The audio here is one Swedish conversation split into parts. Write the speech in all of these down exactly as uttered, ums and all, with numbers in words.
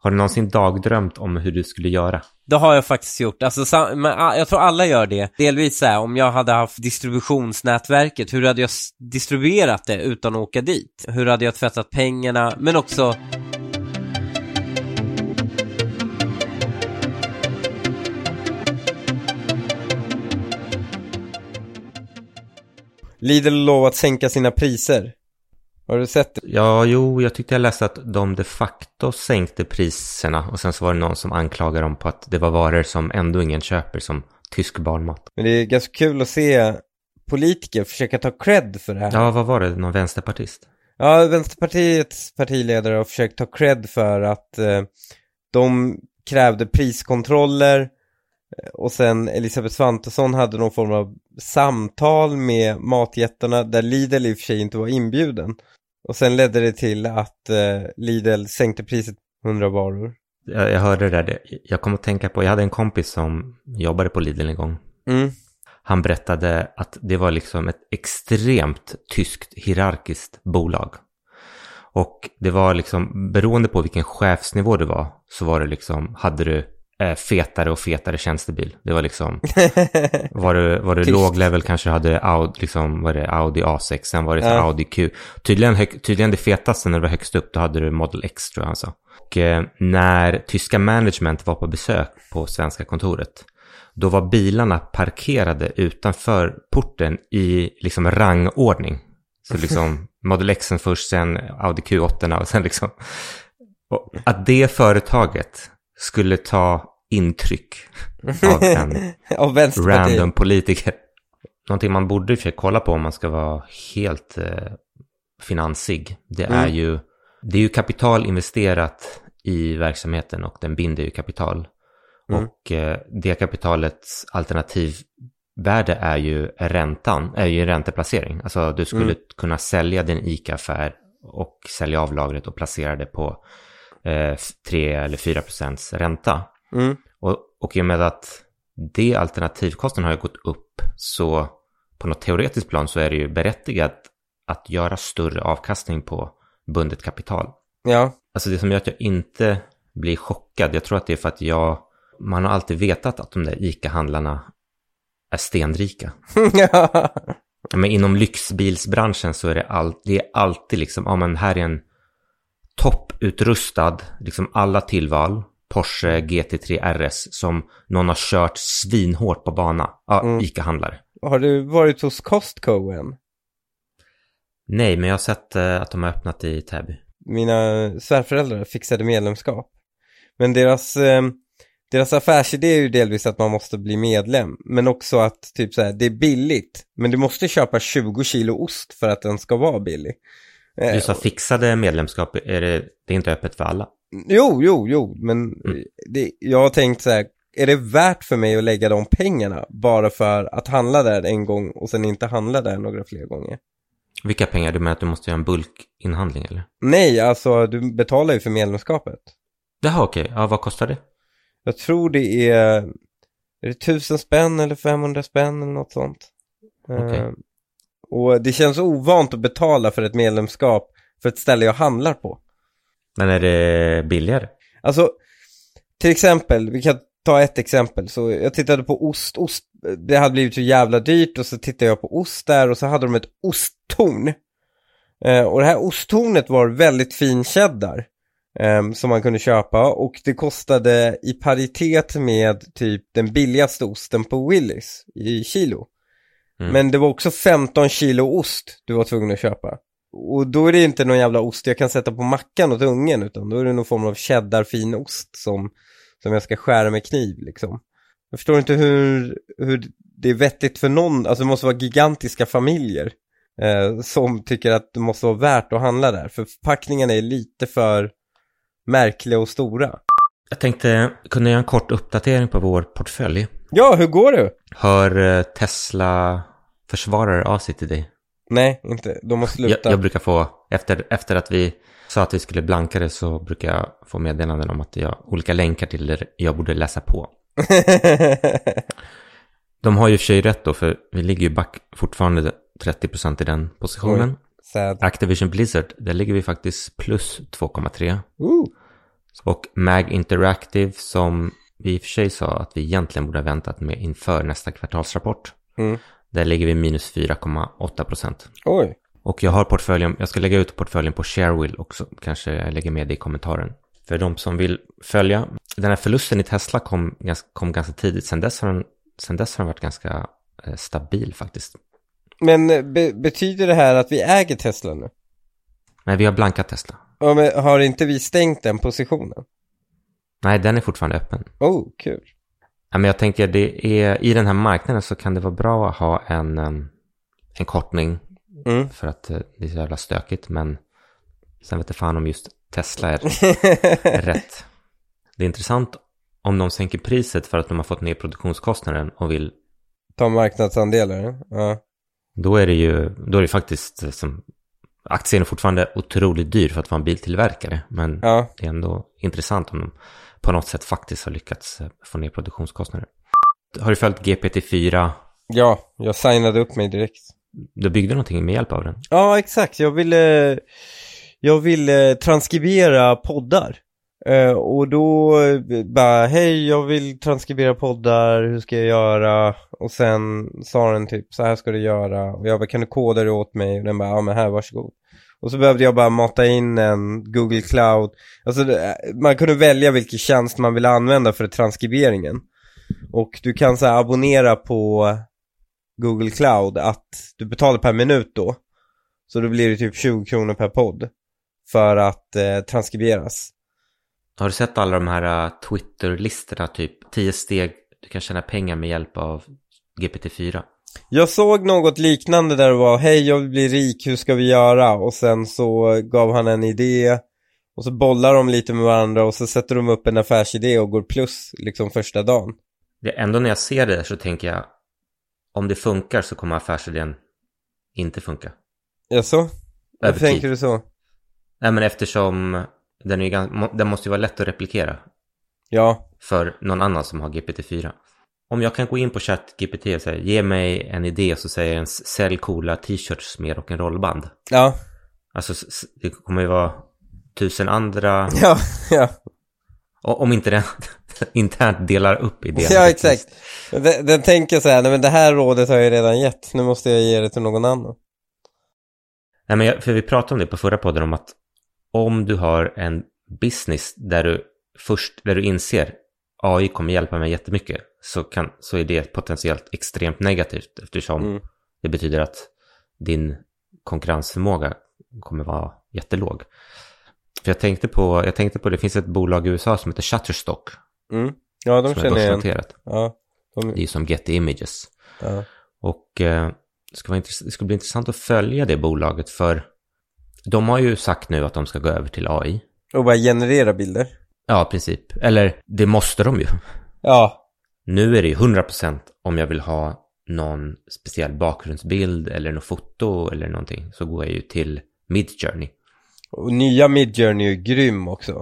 Har du någonsin dagdrömt om hur du skulle göra? Det har jag faktiskt gjort. Alltså, sam- men, ah, jag tror alla gör det. Delvis så här, om jag hade haft distributionsnätverket, hur hade jag s- distribuerat det utan att åka dit? Hur hade jag tvättat pengarna? Men också... Lidl lovat sänka sina priser. Har du sett det? Ja, jo, jag tyckte jag läste att de de facto sänkte priserna. Och sen så var det någon som anklagade dem på att det var varor som ändå ingen köper, som tysk barnmat. Men det är ganska kul att se politiker försöka ta cred för det här. Ja, vad var det? Någon vänsterpartist? Ja, Vänsterpartiets partiledare har försökt ta cred för att eh, de krävde priskontroller. Och sen Elisabeth Svantesson hade någon form av samtal med matjättarna där Lidl i och för sig inte var inbjuden. Och sen ledde det till att eh, Lidl sänkte priset på hundra varor. Jag, jag hörde det där. Jag kom att tänka på, jag hade en kompis som jobbade på Lidl en gång. Mm. Han berättade att det var liksom ett extremt tyskt hierarkiskt bolag. Och det var liksom, beroende på vilken chefsnivå det var, så var det liksom, hade du eh, fetare och fetare tjänstebil. Det var liksom, var du, var du låg level kanske hade Audi, liksom, var det Audi A sex, sen var det så Ja. Audi Q. Tydligen, hög, tydligen det fetaste när det var högst upp, då hade du Model X, tror jag alltså. Och eh, när tyska management var på besök på svenska kontoret, då var bilarna parkerade utanför porten i liksom rangordning. Så liksom Model Xen först, sen Audi Q åtta och sen liksom. Och att det företaget skulle ta intryck av en Av Vänsterpartiet. random politiker. Någonting man borde försöka kolla på om man ska vara helt eh, finansig. Det är Mm. ju, det är ju kapital investerat i verksamheten och den binder ju kapital. Mm. Och eh, det kapitalets alternativvärde är ju räntan, är ju en ränteplacering. Alltså du skulle Mm. kunna sälja din ICA-affär och sälja av lagret och placera det på eh, tre eller fyra procents ränta. Mm. Och, och i och med att det alternativkostnaden har ju gått upp, så på något teoretiskt plan så är det ju berättigat att göra större avkastning på bundet kapital. Ja. Alltså det som gör att jag inte blir chockad, jag tror att det är för att jag, man har alltid vetat att de där ICA-handlarna är stenrika. Ja. Men inom lyxbilsbranschen så är det, all, det är alltid liksom, ja men här är en topputrustad, liksom alla tillval, Porsche G T tre R S som någon har kört svinhårt på bana. Ja, Mm. ICA-handlare. Har du varit hos Costco än? Nej, men jag har sett eh, att de har öppnat i Täby. Mina svärföräldrar fixade medlemskap. Men deras, eh, deras affärsidé är ju delvis att man måste bli medlem. Men också att typ så här, det är billigt. Men du måste köpa tjugo kilo ost för att den ska vara billig. Eh, Du sa fixade medlemskap, är det, det är inte öppet för alla? Jo, jo, jo. Men Mm. det, jag har tänkt så här, är det värt för mig att lägga de pengarna bara för att handla där en gång och sen inte handla där några fler gånger? Vilka pengar? Du menar att du måste göra en bulkinhandling eller? Nej, alltså du betalar ju för medlemskapet. Jaha, okej. Ja, vad kostar det? Jag tror det är, är det tusen spänn eller femhundra spänn eller något sånt. Okej. Eh, och det känns ovant att betala för ett medlemskap för ett ställe jag handlar på. Men är det billigare? Alltså, till exempel, vi kan ta ett exempel. Så jag tittade på ost, ost, det hade blivit så jävla dyrt och så tittade jag på ost där och så hade de ett osttorn. Eh, och det här osttornet var väldigt fin cheddar eh, som man kunde köpa och det kostade i paritet med typ den billigaste osten på Willys i kilo. Mm. Men det var också femton kilo ost du var tvungen att köpa. Och då är det inte någon jävla ost jag kan sätta på mackan åt ungen, utan då är det någon form av cheddar fin ost som, som jag ska skära med kniv liksom. Jag förstår inte hur, hur det är vettigt för någon, alltså det måste vara gigantiska familjer eh, som tycker att det måste vara värt att handla där. För förpackningarna är lite för märkliga och stora. Jag tänkte kunna göra en kort uppdatering på vår portfölj. Ja, hur går det? Hör eh, Tesla försvarare av sig till dig? Nej, inte. De måste sluta. Jag, jag brukar få, efter, efter att vi sa att vi skulle blanka det, så brukar jag få meddelanden om att jag olika länkar till det jag borde läsa på. De har ju för sig rätt då, för vi ligger ju back fortfarande trettio procent i den positionen. Oj, sad. Activision Blizzard, där ligger vi faktiskt plus två komma tre. Uh. Och Mag Interactive som vi i och för sig sa att vi egentligen borde ha väntat med inför nästa kvartalsrapport. Mm. Där ligger vi minus fyra komma åtta procent. Oj. Och jag har portföljen, jag ska lägga ut portföljen på Sharewill också. Kanske jag lägger med det i kommentaren. För de som vill följa. Den här förlusten i Tesla kom, kom ganska tidigt. Sen dess har den, sen dess har den varit ganska eh, stabil faktiskt. Men be- betyder det här att vi äger Tesla nu? Nej, vi har blankat Tesla. Ja, men har inte vi stängt den positionen? Nej, den är fortfarande öppen. Oh, kul. Ja, men jag tänker det är i den här marknaden så kan det vara bra att ha en, en kortning. Mm. För att det är så jävla stökigt. Men sen vet jag fan om just Tesla är rätt. Det är intressant om de sänker priset för att de har fått ner produktionskostnaden och vill ta marknadsandelar. Ja. Då är det ju då är det faktiskt som aktien är fortfarande otroligt dyr för att vara en biltillverkare. Men ja. Det är ändå intressant om de på något sätt faktiskt har lyckats få ner produktionskostnader. Har du följt G P T fyra? Ja, jag signade upp mig direkt. Du byggde någonting med hjälp av den? Ja, exakt. Jag ville, jag ville transkribera poddar. Uh, och då bara, hej, jag vill transkribera poddar, hur ska jag göra? Och sen sa den typ, så här ska du göra. Och jag bara, kan du koda det åt mig? Och den bara, ja men här, varsågod. Och så behövde jag bara mata in en Google Cloud. Alltså man kunde välja vilken tjänst man vill använda för transkriberingen. Och du kan så här abonnera på Google Cloud att du betalar per minut då. Så då blir det typ tjugo kronor per podd för att eh, transkriberas. Har du sett alla de här uh, Twitter-listorna, typ tio steg du kan tjäna pengar med hjälp av G P T fyra? Jag såg något liknande där det var, hej jag vill bli rik, hur ska vi göra? Och sen så gav han en idé och så bollar de lite med varandra och så sätter de upp en affärsidé och går plus liksom första dagen. Det ändå när jag ser det så tänker jag, om det funkar så kommer affärsidén inte funka. Ja så? Varför tänker du så? Nej, men eftersom den, är, den måste ju vara lätt att replikera. Ja. För någon annan som har G P T fyra. Om jag kan gå in på ChatGPT och säga, ge mig en idé, så säger den, sälj coola t-shirts med rock'n'rollband. Ja. Alltså det kommer ju vara tusen andra. Ja, ja. Och om inte den internt delar upp idén. Ja, exakt. Den, den tänker så här, nej men det här rådet har jag redan gett. Nu måste jag ge det till någon annan. Nej, men jag, för vi pratade om det på förra podden om att om du har en business där du först, där du inser A I kommer hjälpa mig jättemycket, så, kan, så är det potentiellt extremt negativt eftersom mm. det betyder att din konkurrensförmåga kommer vara jättelåg. För jag tänkte på, jag tänkte på det finns ett bolag i U S A som heter Shutterstock. Mm. Ja, de känner igen. Ja, de... Det är som Getty Images. Ja. Och eh, det, ska vara intress- det ska bli intressant att följa det bolaget, för de har ju sagt nu att de ska gå över till A I. Och bara generera bilder. Ja, i princip. Eller det måste de ju. Ja. Nu är det ju hundra procent om jag vill ha någon speciell bakgrundsbild eller något foto eller någonting, så går jag ju till Midjourney. Och nya Midjourney är ju grym också.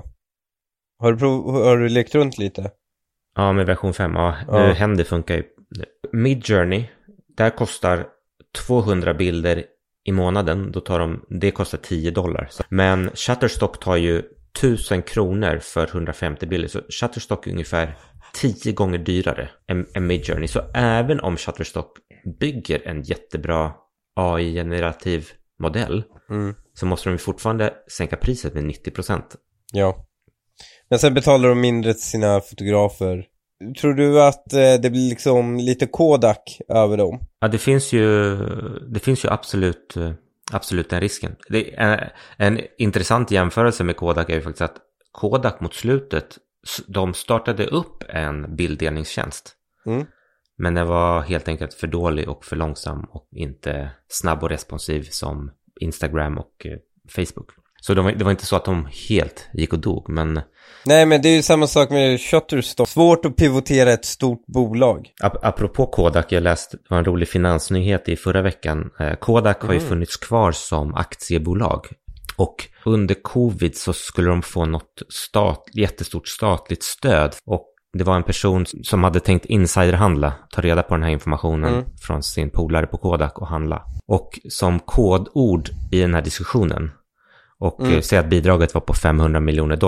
Har du, prov- har du lekt runt lite? Ja, med version fem. Ja, ja. Händer funkar ju. Midjourney, där kostar tvåhundra bilder i månaden. Då tar de, det kostar tio dollar. Men Shutterstock tar ju tusen kronor för hundrafemtio bilder. Så Shutterstock är ungefär tio gånger dyrare än, än Midjourney. Så även om Shutterstock bygger en jättebra A I-generativ modell, mm. så måste de fortfarande sänka priset med nittio procent. Ja. Men sen betalar de mindre till sina fotografer. Tror du att eh, det blir liksom lite Kodak över dem? Ja, det finns ju, det finns ju absolut, absolut den risken. Det är en, en intressant jämförelse med Kodak är ju faktiskt att Kodak mot slutet, de startade upp en bilddelningstjänst. Mm. Men den var helt enkelt för dålig och för långsam och inte snabb och responsiv som Instagram och eh, Facebook. Så de, det var inte så att de helt gick och dog, men... Nej, men det är ju samma sak med Shutterstock. Svårt att pivotera ett stort bolag. Ap- apropå Kodak, jag läste, det var en rolig finansnyhet i förra veckan. Eh, Kodak mm. har ju funnits kvar som aktiebolag. Och under covid så skulle de få något stat, jättestort statligt stöd. Och det var en person som hade tänkt insiderhandla, ta reda på den här informationen mm. från sin polare på Kodak och handla. Och som kodord i den här diskussionen och mm. säga att bidraget var på femhundra miljoner dollar.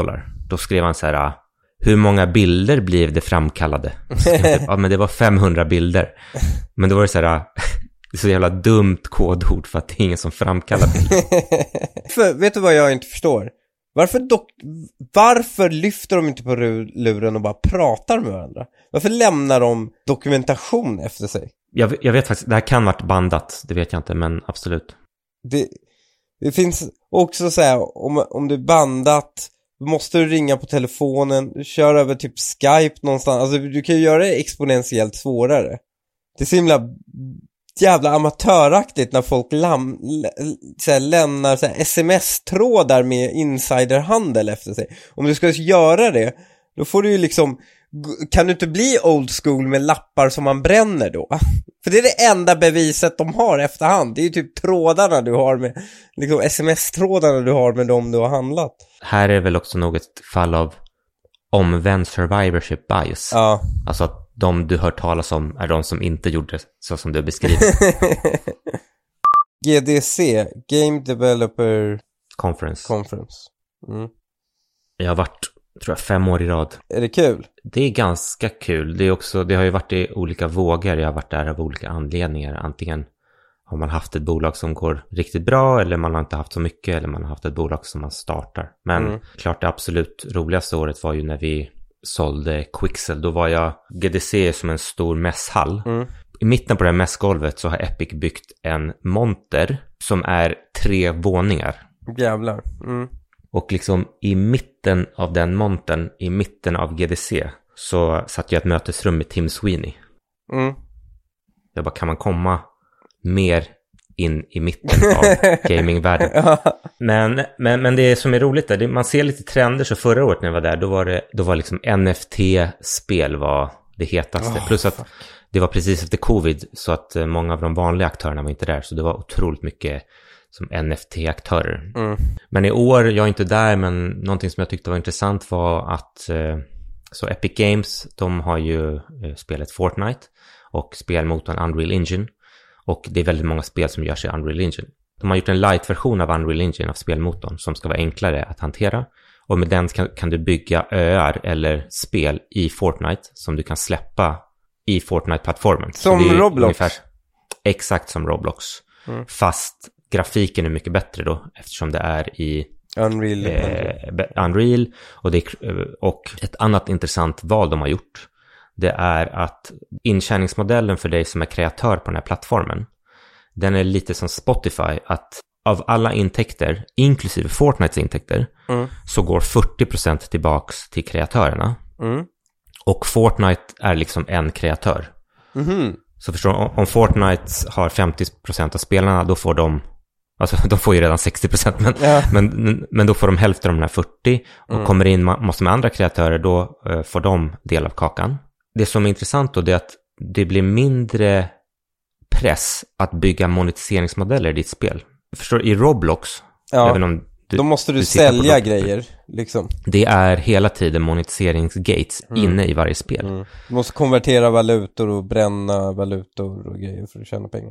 Då skrev han så här, hur många bilder blev det framkallade? Typ, ja, men det var femhundra bilder. Men då var det så här, så jävla dumt kodord för att det är ingen som framkallar bilder. För, vet du vad jag inte förstår? Varför, dok- varför lyfter de inte på luren och bara pratar med varandra? Varför lämnar de dokumentation efter sig? Jag, jag vet faktiskt, det här kan varit bandat, det vet jag inte, men absolut. Det, det finns också så här, om, om det är bandat, måste du ringa på telefonen, du kör över typ Skype någonstans. Alltså du kan ju göra det exponentiellt svårare. Det är så himla jävla amatöraktigt när folk lam, så här, lämnar så här, sms-trådar med insiderhandel efter sig. Om du ska göra det, då får du ju liksom, kan du inte bli old school med lappar som man bränner då? För det är det enda beviset de har efterhand. Det är ju typ trådarna du har med, liksom sms-trådarna du har med dem du har handlat. Här är väl också något fall av omvänd survivorship bias. Ja. Alltså att de du hör talas om är de som inte gjorde så som du beskriver. G D C, Game Developer Conference. Conference. Mm. Jag har varit, tror jag, fem år i rad. Är det kul? Det är ganska kul. Det är också, det har ju varit i olika vågor. Jag har varit där av olika anledningar. Antingen har man haft ett bolag som går riktigt bra, eller man har inte haft så mycket, eller man har haft ett bolag som man startar. Men Mm. klart det absolut roligaste året var ju när vi sålde Quixel. Då var jag, G D C som en stor mässhall. Mm. I mitten på det här mässgolvet så har Epic byggt en monter som är tre våningar. Jävlar. Mm. Och liksom i mitten av den montern, i mitten av G D C, så satt jag i ett mötesrum med Tim Sweeney. Mm. Jag bara, kan man komma mer in i mitten av gamingvärlden? Ja. Men, men, men det som är roligt är, det, man ser lite trender. Så förra året när jag var där, då var det, då var liksom N F T-spel var det hetaste. Oh, Plus att fuck. det var precis efter covid, så att eh, många av de vanliga aktörerna var inte där. Så det var otroligt mycket som N F T-aktörer. Mm. Men i år, jag är inte där, men någonting som jag tyckte var intressant var att eh, så Epic Games, de har ju eh, spelet Fortnite och spelmotorn Unreal Engine. Och det är väldigt många spel som görs i Unreal Engine. De har gjort en light-version av Unreal Engine av spelmotorn som ska vara enklare att hantera. Och med den kan, kan du bygga öar eller spel i Fortnite som du kan släppa i Fortnite-plattformen. Som Så det är Roblox? ungefär, exakt som Roblox. Mm. Fast grafiken är mycket bättre då, eftersom det är i Unreal. eh, Unreal. Och, det är, och ett annat intressant val de har gjort, det är att intjäningsmodellen för dig som är kreatör på den här plattformen, den är lite som Spotify, att av alla intäkter, inklusive Fortnites intäkter, Mm. så går fyrtio procent tillbaks till kreatörerna. Mm. Och Fortnite är liksom en kreatör. Mhm. Så förstår du, om Fortnite har femtio procent av spelarna, då får de, alltså de får ju redan sextio procent, men, Ja. men, men då får de hälften av de här fyrtio, och Mm. kommer in massor med andra kreatörer, då uh, får de del av kakan. Det som är intressant då, det är att det blir mindre press att bygga monetiseringsmodeller i ditt spel. Förstår du, i Roblox, Ja. även om du, Då måste du, du tittar på sälja Roblox, grejer, liksom. det är hela tiden monetiseringsgates Mm. inne i varje spel. Mm. Du måste konvertera valutor och bränna valutor och grejer för att tjäna pengar.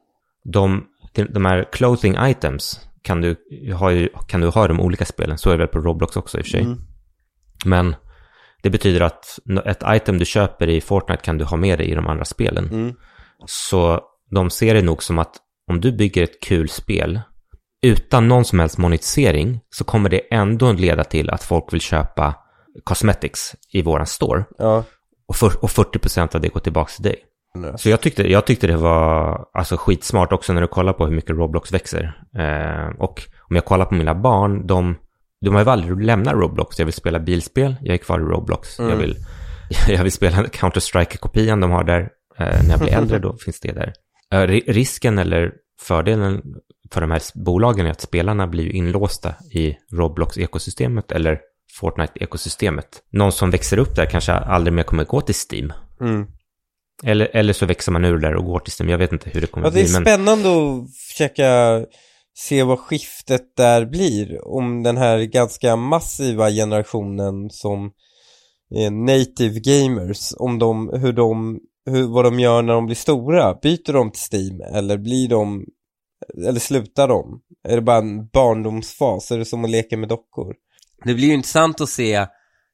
De, de här clothing items kan du ha, ju, kan du ha i de olika spelen. Så är det väl på Roblox också i och för sig. Mm. Men det betyder att ett item du köper i Fortnite kan du ha med dig i de andra spelen. Mm. Så de ser det nog som att om du bygger ett kul spel utan någon som helst monetisering, så kommer det ändå leda till att folk vill köpa cosmetics i våran store. Ja. Och, för, och fyrtio procent av det går tillbaka till dig. Så jag tyckte, jag tyckte det var alltså skitsmart också när du kollar på hur mycket Roblox växer. Eh, och om jag kollar på mina barn, de, de har ju aldrig lämnat Roblox. Jag vill spela bilspel, jag är kvar i Roblox. Mm. Jag, vill, jag vill spela Counter-Strike-kopian de har där. Eh, när jag blir äldre, då finns det där. Eh, risken eller fördelen för de här bolagen är att spelarna blir inlåsta i Roblox-ekosystemet eller Fortnite-ekosystemet. Någon som växer upp där kanske aldrig mer kommer gå till Steam. Mm. Eller, eller så växer man ur där och går till Steam. Jag vet inte hur det kommer Ja, att det är bli. Men spännande att försöka se vad skiftet där blir. Om den här ganska massiva generationen som är native gamers, om de, hur de, hur, vad de gör när de blir stora. Byter de till Steam eller blir de, eller slutar de? Är det bara en barndomsfas? Är det som att leka med dockor? det blir ju intressant att se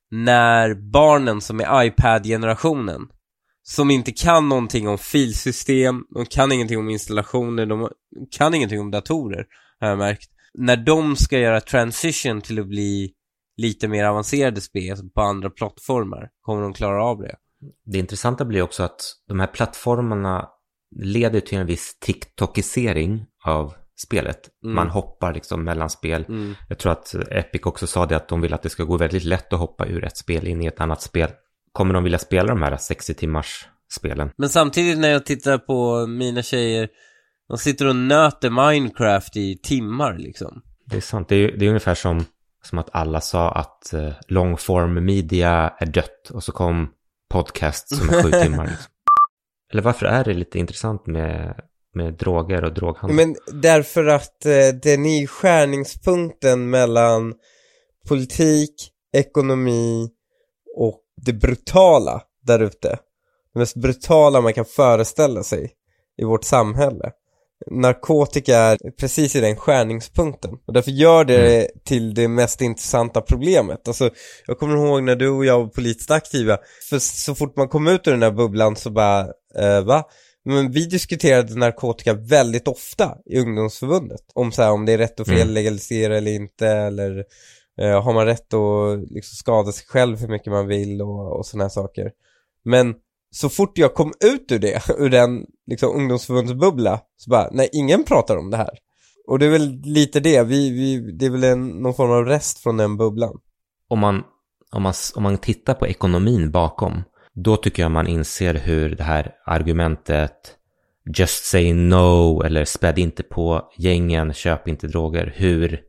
när barnen som är iPad-generationen, som inte kan någonting om filsystem, de kan ingenting om installationer, de kan ingenting om datorer, har jag märkt. När de ska göra transition till att bli lite mer avancerade spel på andra plattformar, kommer de klara av det? Det intressanta blir också att de här plattformarna leder till en viss TikTokisering av spelet. Mm. Man hoppar liksom mellan spel. Mm. Jag tror att Epic också sa det, att de vill att det ska gå väldigt lätt att hoppa ur ett spel in i ett annat spel. Kommer de vilja spela de här sextio timmars spelen? Men samtidigt när jag tittar på mina tjejer, de sitter och nöter Minecraft i timmar liksom. Det är sant. Det är, det är ungefär som, som att alla sa att uh, longform media är dött, och så kom podcast som är sju timmar liksom. Eller varför är det lite intressant med, med droger och droghandel? Men därför att eh, den är skärningspunkten mellan politik, ekonomi och det brutala där ute. Det mest brutala man kan föreställa sig i vårt samhälle. Narkotika är precis i den skärningspunkten. Och därför gör det mm. till det mest intressanta problemet. Alltså, jag kommer ihåg när du och jag var politiskt aktiva. För så fort man kom ut ur den här bubblan så bara, eh, va? Men vi diskuterade narkotika väldigt ofta i ungdomsförbundet. Om, så här, om det är rätt att fel legalisera eller inte. Eller eh, har man rätt att liksom skada sig själv hur mycket man vill och, och såna här saker. Men så fort jag kom ut ur det, ur den liksom ungdomsförbundsbubbla, så bara, nej, ingen pratar om det här. Och det är väl lite det, vi, vi, det är väl en, någon form av rest från den bubblan. Om man, om, man, om man tittar på ekonomin bakom, då tycker jag man inser hur det här argumentet just say no, eller späd inte på gängen, köp inte droger, hur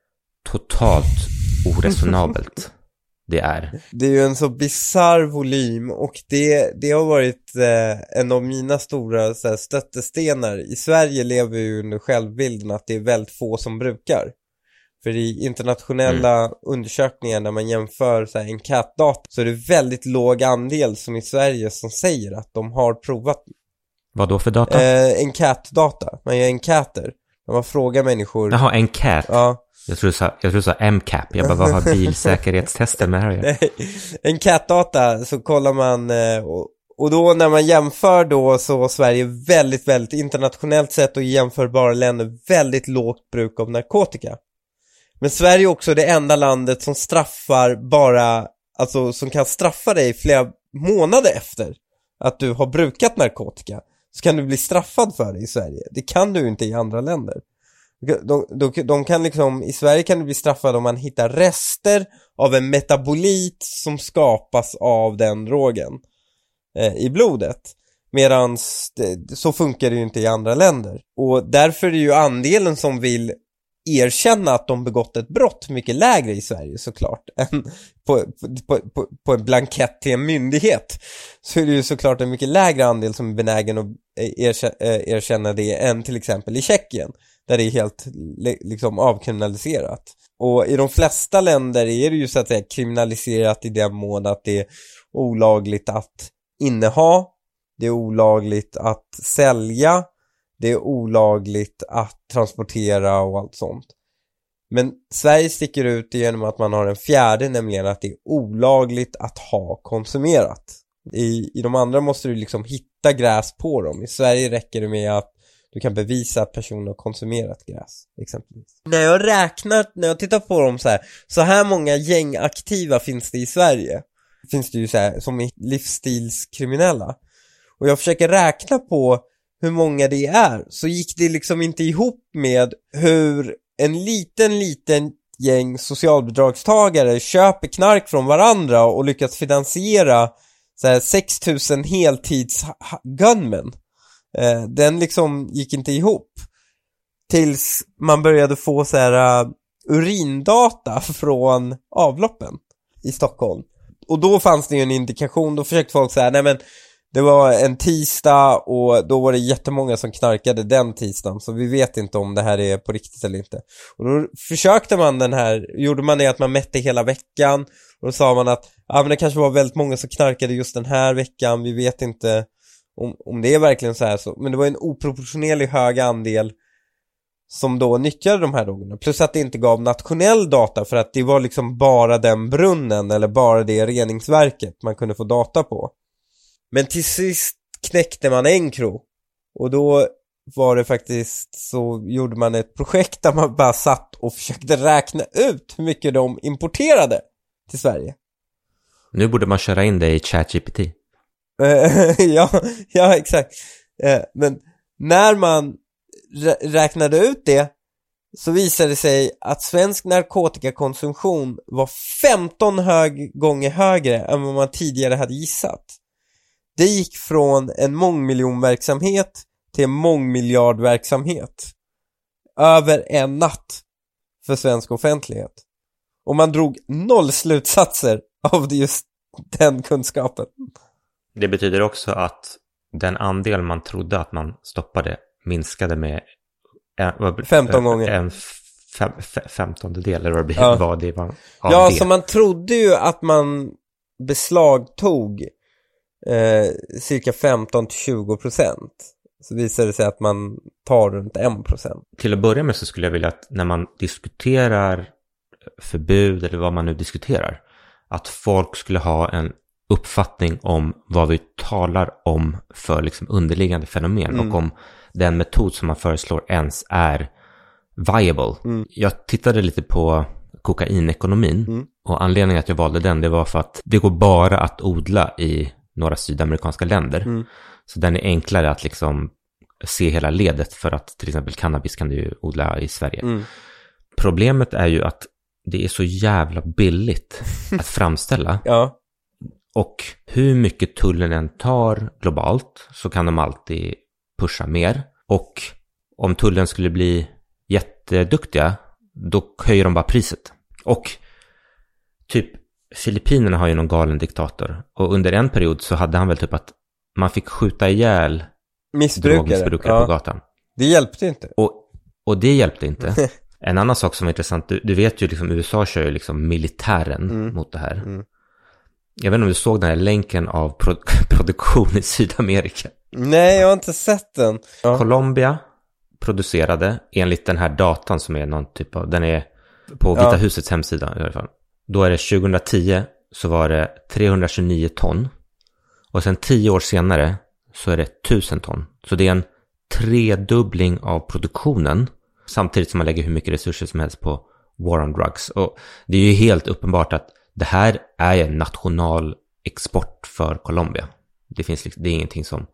totalt oresonabelt det är. Det är ju en så bizarr volym, och det, det har varit eh, en av mina stora så här, stöttestenar. I Sverige lever vi ju under självbilden att det är väldigt få som brukar. För i internationella mm. undersökningar när man jämför så här, enkätdata, så är det väldigt låg andel som i Sverige som säger att de har provat. Vad då för data? Eh, enkätdata. Man gör enkäter. När man frågar människor. Jaha, enkät. Ja. Jag tror du sa, jag tror du sa M CAP. Jag bara, vad har bilsäkerhetstester med det här? Enkätdata, så kollar man och, och då när man jämför då, så var Sverige väldigt, väldigt internationellt sett och jämförbara länder väldigt lågt bruk av narkotika. Men Sverige är också det enda landet som straffar bara, alltså som kan straffa dig flera månader efter att du har brukat narkotika. Så kan du bli straffad för det i Sverige. Det kan du inte i andra länder. De, de, de kan liksom, i Sverige kan du bli straffad om man hittar rester av en metabolit som skapas av den drogen eh, i blodet. Medans det, så funkar det ju inte i andra länder. Och därför är det ju andelen som vill erkänna att de begått ett brott mycket lägre i Sverige såklart än på, på, på, på en blankett till en myndighet. Så är det ju såklart en mycket lägre andel som är benägen att erkänna det än till exempel i Tjeckien, där det är helt liksom avkriminaliserat. Och i de flesta länder är det ju så att säga kriminaliserat i den mån att det är olagligt att inneha, det är olagligt att sälja, det är olagligt att transportera och allt sånt. Men Sverige sticker ut genom att man har en fjärde, nämligen att det är olagligt att ha konsumerat. I, i de andra måste du liksom hitta gräs på dem. I Sverige räcker det med att du kan bevisa att personen har konsumerat gräs, exempelvis. När jag räknar, när jag tittar på dem så här, så här många gängaktiva finns det i Sverige. Finns det ju så här, som livsstilskriminella. Och jag försöker räkna på hur många det är, så gick det liksom inte ihop med hur en liten, liten gäng socialbidragstagare köper knark från varandra och lyckas finansiera så här sex tusen heltids gunmen. Eh, den liksom gick inte ihop. Tills man började få så här uh, urindata från avloppen i Stockholm. Och då fanns det ju en indikation, då försökte folk säga, nej men det var en tisdag och då var det jättemånga som knarkade den tisdagen, så vi vet inte om det här är på riktigt eller inte. Och då försökte man den här, gjorde man det att man mätte hela veckan, och då sa man att ja, men det kanske var väldigt många som knarkade just den här veckan, vi vet inte om, om det är verkligen så här. Så, men det var en oproportionerlig hög andel som då nyttjade de här drogerna. Plus att det inte gav nationell data för att det var liksom bara den brunnen eller bara det reningsverket man kunde få data på. Men till sist knäckte man Encro. Och då var det faktiskt så gjorde man ett projekt där man bara satt och försökte räkna ut hur mycket de importerade till Sverige. Nu borde man köra in det i ChatGPT. ja, ja, exakt. Men när man räknade ut det så visade det sig att svensk narkotikakonsumtion var femton hög gånger högre än vad man tidigare hade gissat. Det gick från en mångmiljonverksamhet till en mångmiljardverksamhet över en natt för svensk offentlighet. Och man drog noll slutsatser av just den kunskapen. Det betyder också att den andel man trodde att man stoppade minskade med en, femton gånger. En fem, femtonde del eller vad det, ja. vad det var. Ja, det. så man trodde ju att man beslagtog eh, cirka femton till tjugo procent. Så visade det sig att man tar runt en procent. Till att börja med så skulle jag vilja att när man diskuterar förbud eller vad man nu diskuterar, att folk skulle ha en uppfattning om vad vi talar om för liksom underliggande fenomen mm. och om den metod som man föreslår ens är viable. Mm. Jag tittade lite på kokainekonomin mm. och anledningen att jag valde den, det var för att det går bara att odla i några sydamerikanska länder. Mm. Så den är enklare att liksom se hela ledet, för att till exempel cannabis kan du ju odla i Sverige. Mm. Problemet är ju att det är så jävla billigt att framställa. Ja. Och hur mycket tullen än tar globalt så kan de alltid pusha mer. Och om tullen skulle bli jätteduktiga, då höjer de bara priset. Och typ Filippinerna har ju någon galen diktator. Och under en period så hade han väl typ att man fick skjuta ihjäl drogmissbrukare ja. på gatan. Det hjälpte inte. Och, och det hjälpte inte. En annan sak som är intressant, du, du vet ju liksom U S A kör ju liksom militären mm. mot det här. Mm. Jag vet inte om du såg den här länken av pro- produktion i Sydamerika. Nej, jag har inte sett den. Ja. Colombia producerade enligt den här datan som är någon typ av, den är på Vita ja. husets hemsida i alla fall. Då är det tjugohundratio så var det trehundratjugonio ton. Och sen tio år senare så är det tusen ton. Så det är en tredubbling av produktionen. Samtidigt som man lägger hur mycket resurser som helst på war on drugs. Och det är ju helt uppenbart att det här är en national export för Colombia. Det finns liksom, det är ingenting som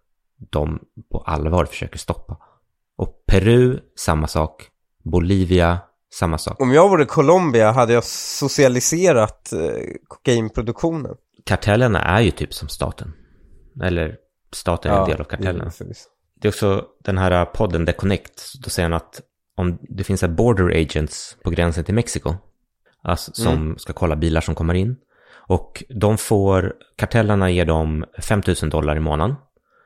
de på allvar försöker stoppa. Och Peru, samma sak. Bolivia, samma sak. Om jag vore Colombia hade jag socialiserat eh, kokainproduktionen. Kartellerna är ju typ som staten. Eller staten är ja, en del av kartellerna. Det är också den här podden The Connect. Då säger han att om det finns en border agents på gränsen till Mexiko, alltså, som mm. ska kolla bilar som kommer in. Och de får, kartellerna ger dem femtusen dollar i månaden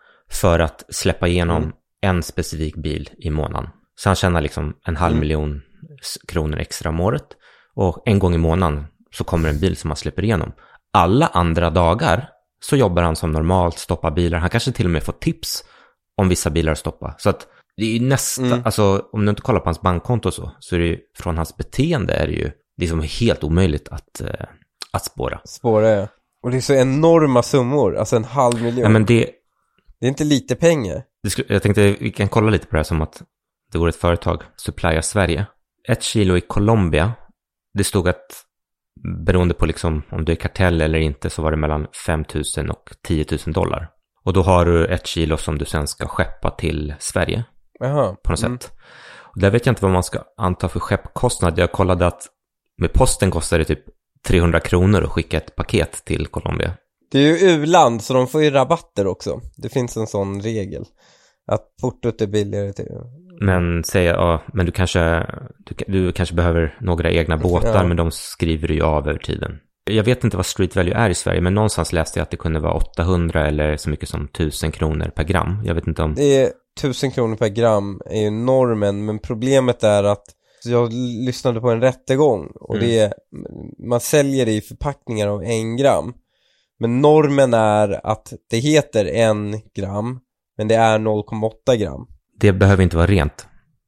för att släppa igenom mm. en specifik bil i månaden. Så han tjänar liksom en halv mm. miljon kronor extra om året. Och en gång i månaden så kommer en bil som han släpper igenom. Alla andra dagar så jobbar han som normalt, stoppar bilar. Han kanske till och med får tips om vissa bilar att stoppa. Så att det är ju nästa, mm. alltså om du inte kollar på hans bankkonto så, så är det ju, från hans beteende är det ju liksom helt omöjligt att, uh, att spåra. Spåra, ja. Och det är så enorma summor, alltså en halv miljon. Ja, men det, det är inte lite pengar. Det skulle, jag tänkte vi kan kolla lite på det här som att det vore ett företag, Supplier Sverige. Ett kilo i Colombia, det stod att beroende på liksom om du är kartell eller inte så var det mellan fem tusen och tio tusen dollar. Och då har du ett kilo som du sen ska skeppa till Sverige. Aha. På något mm. sätt. Och där vet jag inte vad man ska anta för skeppkostnad. Jag kollade att med posten kostar det typ trehundra kronor att skicka ett paket till Colombia. Det är ju u-land så de får ju rabatter också. Det finns en sån regel. Att portot är billigare till... Men säger ja, men du kanske, du, du kanske behöver några egna båtar ja. Men de skriver du ju av över tiden. Jag vet inte vad street value är i Sverige, men någonstans läste jag att det kunde vara åttahundra eller så mycket som tusen kronor per gram. Jag vet inte om... Det är tusen kronor per gram är ju normen, men problemet är att jag lyssnade på en rättegång och mm. det är, man säljer det i förpackningar av en gram. Men normen är att det heter en gram, men det är noll komma åtta gram. Det behöver inte vara rent.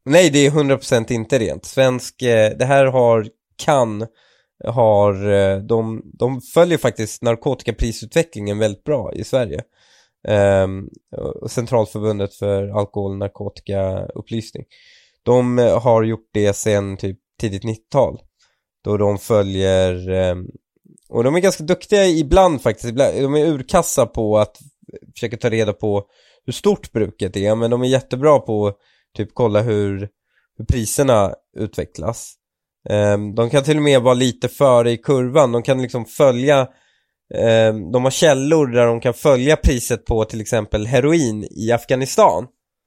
Nej, det är hundra procent inte rent. Svensk, eh, det här har, kan, har, eh, de, de följer faktiskt narkotikaprisutvecklingen väldigt bra i Sverige. Eh, Centralförbundet för alkohol- och narkotikaupplysning. De eh, har gjort det sedan typ tidigt nittiotal. Då de följer, eh, och de är ganska duktiga ibland faktiskt. Ibland, de är urkassa på att försöka ta reda på hur stort bruket är. Men de är jättebra på att typ kolla hur, hur priserna utvecklas. Um, de kan till och med vara lite före i kurvan. De kan liksom följa, um, de har källor där de kan följa priset på till exempel heroin i Afghanistan.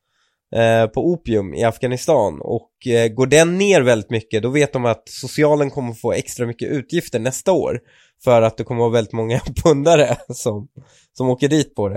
Uh, på opium i Afghanistan. Och uh, går den ner väldigt mycket, då vet de att socialen kommer få extra mycket utgifter nästa år. För att det kommer vara väldigt många pundare som, som åker dit på det.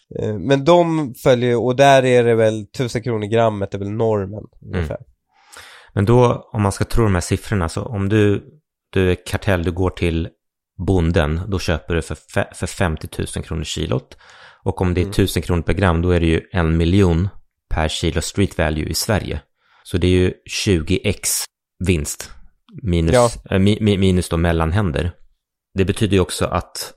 Men de följer, och där är det väl tusen kronor grammet är väl normen ungefär. Mm. Men då, om man ska tro de här siffrorna, så om du, du är kartell, du går till bonden, då köper du för, för femtio tusen kronor kilot. Och om det är mm. tusen kronor per gram, då är det ju en miljon per kilo street value i Sverige. Så det är ju tjugo x vinst minus, ja. äh, mi, minus då mellanhänder. Det betyder ju också att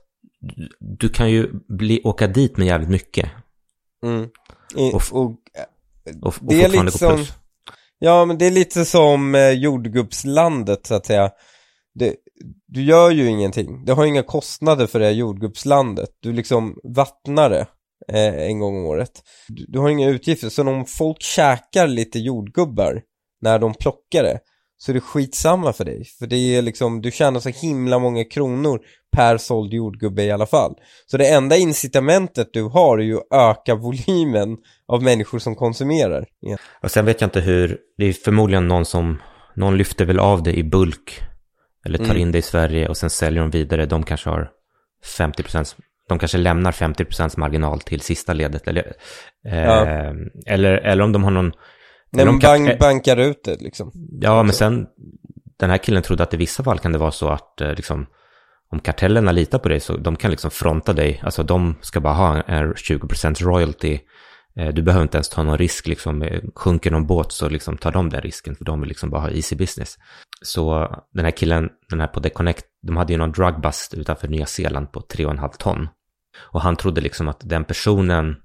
du kan ju bli, åka dit med jävligt mycket. Mm. I, och, och, och, och det är lite som, ja, men det är lite som eh, jordgubbslandet så att säga. Det, du gör ju ingenting. Du har inga kostnader för det här jordgubbslandet. Du liksom vattnar det eh, en gång om året. Du, du har inga utgifter. Så om folk käkar lite jordgubbar när de plockar det, så är det skitsamma för dig. För det är liksom, du tjänar så himla många kronor per såld jordgubbe i alla fall. Så det enda incitamentet du har är ju att öka volymen av människor som konsumerar. Yeah. Och sen vet jag inte hur, det är förmodligen någon som, någon lyfter väl av det i bulk. Eller tar mm. in det i Sverige och sen säljer de vidare. De kanske har femtio procent, de kanske lämnar femtio procent marginal till sista ledet. Eller, ja. eh, eller, eller om de har någon... När de bank, kan, bankar ut det liksom. Ja, men sen den här killen trodde att i vissa fall kan det vara så att eh, liksom, om kartellerna litar på dig så de kan liksom fronta dig. Alltså de ska bara ha en tjugo procent royalty. Eh, du behöver inte ens ta någon risk. Liksom, sjunker någon båt så liksom tar de den risken. För de vill liksom bara ha easy business. Så den här killen, den här på The Connect, de hade ju någon drug bust utanför Nya Zeeland på tre komma fem ton. Och han trodde liksom att den personen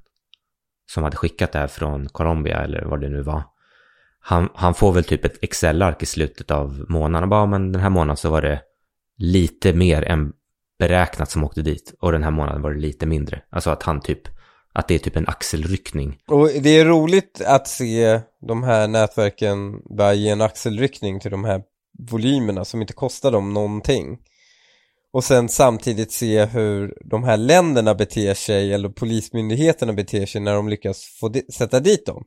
som hade skickat det här från Colombia eller vad det nu var, Han, han får väl typ ett Excel-ark i slutet av månaden. Bara, men den här månaden så var det lite mer än beräknat som åkte dit. Och den här månaden var det lite mindre. Alltså att han typ, att det är typ en axelryckning. Och det är roligt att se de här nätverken bara ge en axelryckning till de här volymerna som inte kostar dem någonting. Och sen samtidigt se hur de här länderna beter sig, eller polismyndigheterna beter sig när de lyckas få di- sätta dit dem.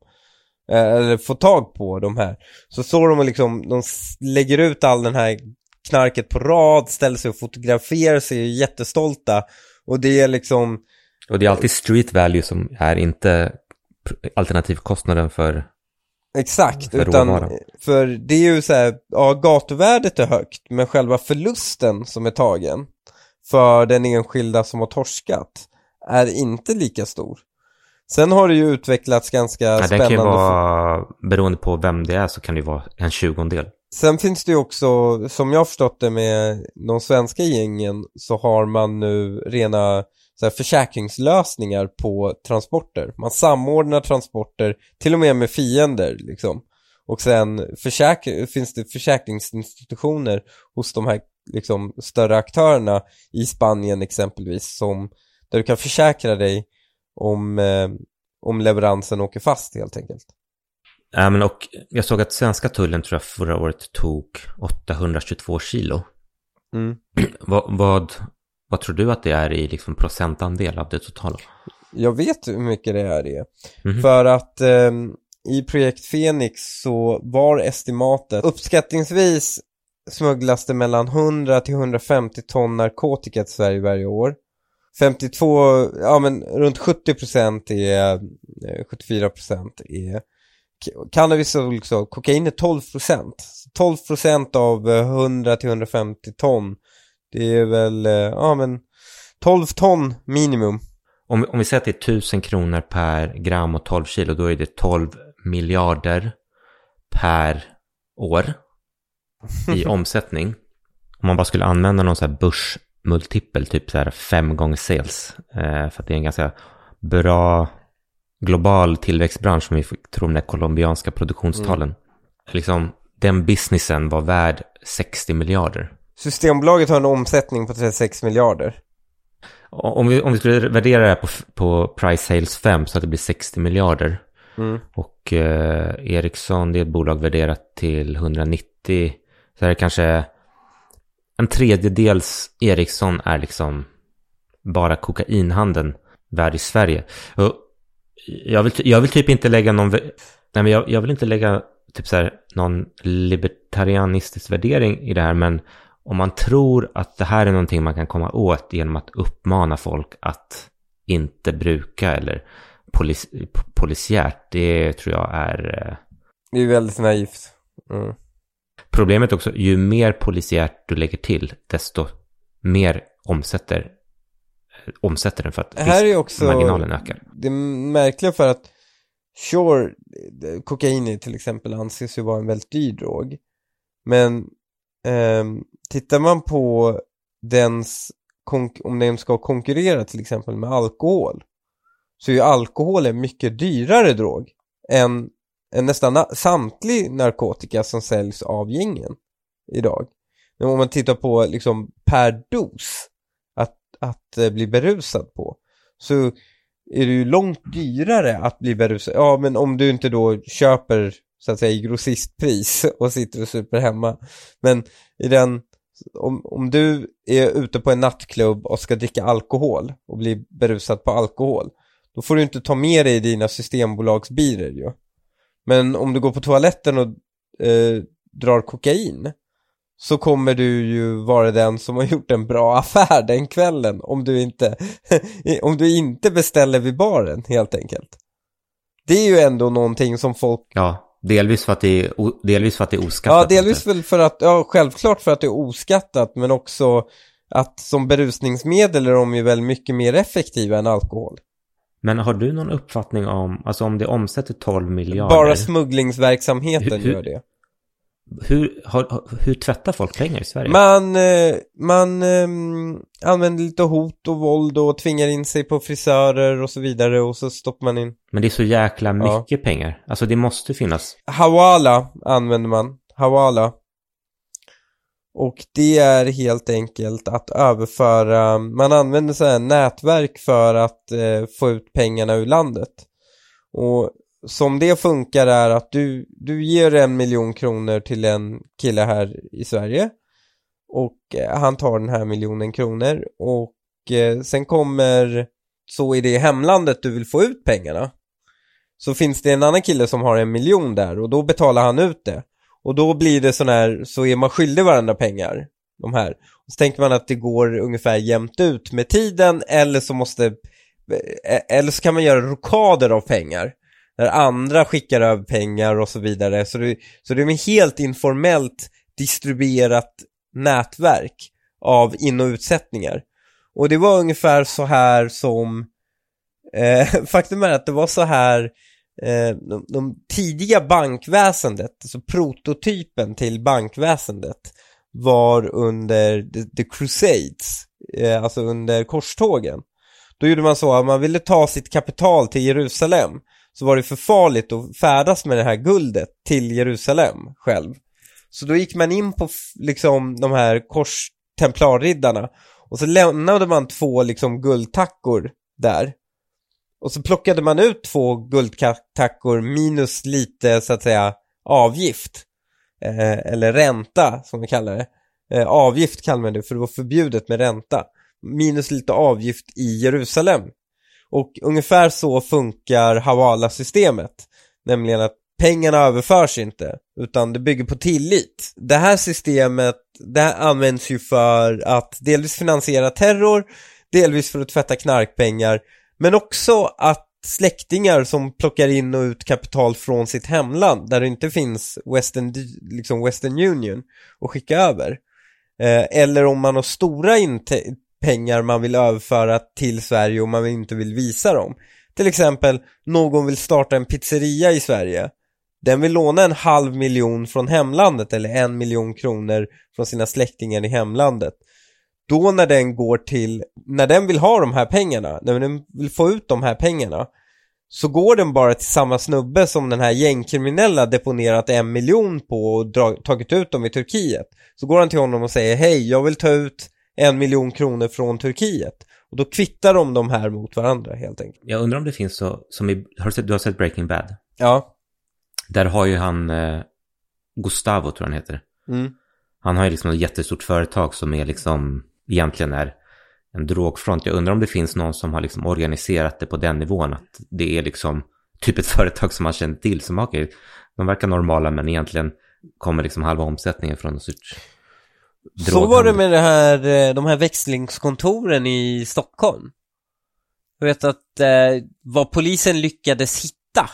Eller få tag på de här. Så står de och liksom, de lägger ut all den här knarket på rad, ställer sig och fotograferar sig, är jättestolta. Och det är liksom... Och det är alltid street value som är inte alternativkostnaden för... Exakt, för utan råvara. För det är ju så här, ja, gatuvärdet är högt, men själva förlusten som är tagen för den enskilda som har torskat är inte lika stor. Sen har det ju utvecklats ganska ja, spännande. Det kan ju vara, beroende på vem det är så kan det ju vara en tjugondel. Sen finns det ju också, som jag har förstått det med de svenska gängen, så har man nu rena så här, försäkringslösningar på transporter. Man samordnar transporter till och med med fiender liksom. Och sen försäk- finns det försäkringsinstitutioner hos de här liksom, större aktörerna i Spanien exempelvis, som, där du kan försäkra dig om, eh, om leveransen åker fast helt enkelt. Ja, men och jag såg att svenska tullen tror jag förra året tog åttahundratjugotvå kilo. Mm. vad, vad, vad tror du att det är i liksom procentandel av det totala? Jag vet hur mycket det är det. Mm-hmm. För att eh, i projekt Fenix så var estimatet uppskattningsvis smugglas det mellan hundra till hundrafemtio ton narkotika till Sverige varje år. femtiotvå, ja men runt sjuttio procent är, sjuttiofyra procent är cannabis och också, kokain är tolv procent. tolv procent av hundra till hundrafemtio ton. Det är väl, ja men tolv ton minimum. Om, om vi säger att det är tusen kronor per gram och tolv kilo, då är det tolv miljarder per år i omsättning. Om man bara skulle använda någon så här börsmultipel, typ så här fem gånger sales. Eh, för att det är en ganska bra global tillväxtbransch som vi tror med colombianska produktionstalen. Mm. Liksom, den businessen var värd sextio miljarder. Systembolaget har en omsättning på trettiosex miljarder. Om vi, om vi skulle värdera det här på, på price sales fem så att det blir sextio miljarder. Mm. Och eh, Ericsson, det är ett bolag värderat till hundranittio. Så är det kanske en tredjedels Ericsson är liksom bara kokainhandeln värd i Sverige. Och jag vill, jag vill typ inte lägga någon, nej men jag, jag vill inte lägga typ så här någon libertarianistisk värdering i det här, men om man tror att det här är någonting man kan komma åt genom att uppmana folk att inte bruka eller polis, polisiärt, det tror jag är... Det är väldigt naivt. Mm. Problemet också, ju mer polisiärt du lägger till, desto mer omsätter, omsätter den för att här är också marginalen ökar. Det är märkligt för att sure, kokain till exempel anses ju vara en väldigt dyr drog. Men eh, tittar man på dens konk- om den ska konkurrera till exempel med alkohol, så är ju alkohol en mycket dyrare drog än, än nästan na- samtlig narkotika som säljs av gängen idag. Men om man tittar på liksom per dos att, att eh, bli berusad på, så är det ju långt dyrare att bli berusad. Ja, men om du inte då köper så att säga i grossistpris och sitter och super hemma. Men i den, om, om du är ute på en nattklubb och ska dricka alkohol och bli berusad på alkohol, då får du inte ta med dig dina systembolagsbilar ju. Men om du går på toaletten och eh, drar kokain, så kommer du ju vara den som har gjort en bra affär den kvällen, om du inte om du inte beställer vid baren helt enkelt. Det är ju ändå någonting som folk... Ja, delvis för att det är, delvis för att det är oskattat. Ja, delvis väl för att, ja, självklart för att det är oskattat, men också att som berusningsmedel är de ju väl mycket mer effektiva än alkohol. Men har du någon uppfattning om, alltså om det omsätter tolv miljarder... Bara smugglingsverksamheten hur, gör det. Hur, har, hur tvättar folk pengar i Sverige? Man, eh, man eh, använder lite hot och våld och tvingar in sig på frisörer och så vidare, och så stoppar man in. Men det är så jäkla mycket ja. pengar. Alltså det måste finnas. Hawala använder man. Hawala. Och det är helt enkelt att överföra, man använder så här nätverk för att eh, få ut pengarna ur landet. Och som det funkar är att du, du ger en miljon kronor till en kille här i Sverige, och eh, han tar den här miljonen kronor, och eh, sen kommer, så i det hemlandet du vill få ut pengarna, så finns det en annan kille som har en miljon där, och då betalar han ut det. Och då blir det sån här, så är man skyldig varandra pengar, de här. Och så tänker man att det går ungefär jämnt ut med tiden, eller så måste, eller så kan man göra rokader av pengar, där andra skickar över pengar och så vidare. Så det, så det är ett helt informellt distribuerat nätverk av in- och utsättningar. Och det var ungefär så här som, eh, faktum är att det var så här, eh, de, de tidiga bankväsendet, alltså prototypen till bankväsendet, var under the, the Crusades, eh, alltså under korstågen. Då gjorde man så att man ville ta sitt kapital till Jerusalem, så var det för farligt att färdas med det här guldet till Jerusalem själv. Så då gick man in på liksom de här korstemplarriddarna, och så lämnade man två liksom guldtackor där. Och så plockade man ut två guldtackor minus lite så att säga avgift. Eh, eller ränta som vi kallar det. Eh, avgift kallar man det, för det var förbjudet med ränta. Minus lite avgift i Jerusalem. Och ungefär så funkar Hawala-systemet. Nämligen att pengarna överförs inte, utan det bygger på tillit. Det här systemet, det här används ju för att delvis finansiera terror, delvis för att tvätta knarkpengar, men också att släktingar som plockar in och ut kapital från sitt hemland, där det inte finns Western, liksom Western Union att skicka över. Eh, eller om man har stora inte- pengar man vill överföra till Sverige och man inte vill visa dem. Till exempel, någon vill starta en pizzeria i Sverige. den vill låna en halv miljon från hemlandet eller en miljon kronor från sina släktingar i hemlandet. Då när den går till, när den vill ha de här pengarna, när den vill få ut de här pengarna, så går den bara till samma snubbe som den här gängkriminella deponerat en miljon på och dra, tagit ut dem i Turkiet. Så går han till honom och säger, hej, jag vill ta ut en miljon kronor från Turkiet. Och då kvittar de de här mot varandra helt enkelt. Jag undrar om det finns så, som i, har du, sett, du har sett Breaking Bad? Ja. Där har ju han, eh, Gustavo tror han heter. Mm. Han har ju liksom ett jättestort företag som är liksom, egentligen är en drogfront. Jag undrar om det finns någon som har liksom organiserat det på den nivån. Att det är liksom typ ett företag som man känner till. Som okay, de verkar normala men egentligen kommer liksom halva omsättningen från något sorts droghandel. Så var det med det här, de här växlingskontoren i Stockholm. Jag vet att eh, vad polisen lyckades hitta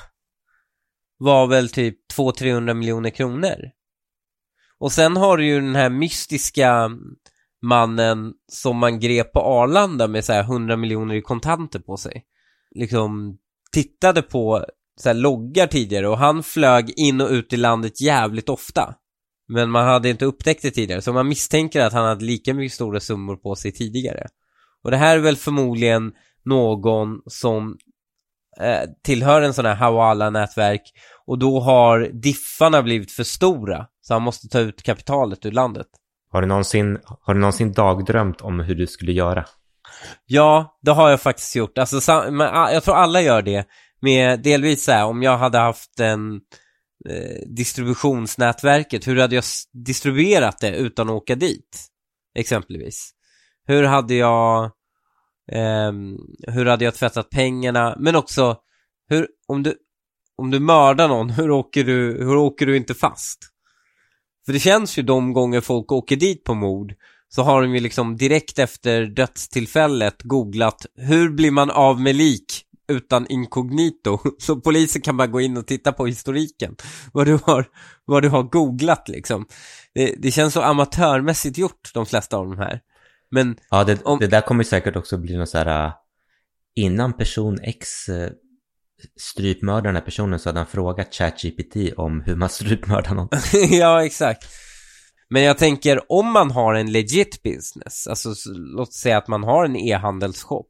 var väl typ två till trehundra miljoner kronor. Och sen har du ju den här mystiska mannen som man grep på Arlanda med så här hundra miljoner i kontanter på sig. Liksom tittade på så här loggar tidigare och han flög in och ut i landet jävligt ofta. Men man hade inte upptäckt det tidigare, så man misstänker att han hade lika mycket stora summor på sig tidigare. Och det här är väl förmodligen någon som eh, tillhör en sån här Hawala-nätverk och då har diffarna blivit för stora så han måste ta ut kapitalet ur landet. Har du någonsin, har du någonsin dagdrömt om hur du skulle göra? Ja, det har jag faktiskt gjort. Alltså, jag tror alla gör det. Med delvis så här, om jag hade haft en eh, distributionsnätverket, hur hade jag distribuerat det utan att åka dit? Exempelvis. Hur hade jag eh, hur hade jag tvättat pengarna? Men också, hur, om du om du mördar någon, hur åker du, hur åker du inte fast? För det känns ju de gånger folk åker dit på mord så har de ju liksom direkt efter dödstillfället googlat hur blir man av med lik utan inkognito. Så polisen kan bara gå in och titta på historiken. Vad du har, vad du har googlat liksom. Det, det känns så amatörmässigt gjort de flesta av de här. Men ja, det, om... det där kommer säkert också bli något så här innan person X strypmördar den här personen så hade han frågat ChatGPT om hur man strypmördar någon. Ja, exakt. Men jag tänker, om man har en legit business, alltså låt säga att man har en e-handelsshop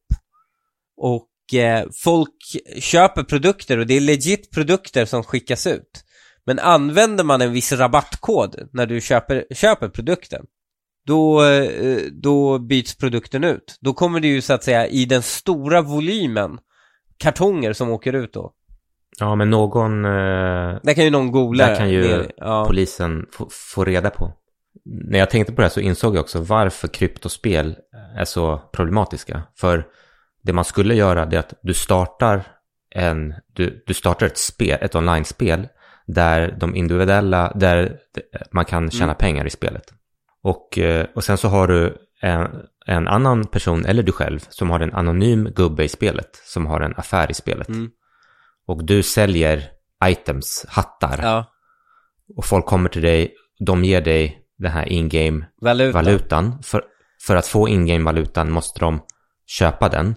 och eh, folk köper produkter och det är legit produkter som skickas ut. Men använder man en viss rabattkod när du köper, köper produkten, då, eh, då byts produkten ut. Då kommer det ju så att säga i den stora volymen kartonger som åker ut då. Ja, men någon... Eh, där kan ju någon googla. Där kan ju det, ja. polisen få, få reda på. När jag tänkte på det här så insåg jag också varför kryptospel är så problematiska. För det man skulle göra är att du startar en... Du, du startar ett spel, ett online-spel där de individuella... Där man kan tjäna mm. pengar i spelet. Och, och sen så har du en, en annan person, eller du själv, som har en anonym gubbe i spelet. Som har en affär i spelet. Mm. Och du säljer items, hattar. Ja. Och folk kommer till dig, de ger dig den här in-game Valuta. valutan. För, för att få in-game valutan måste de köpa den.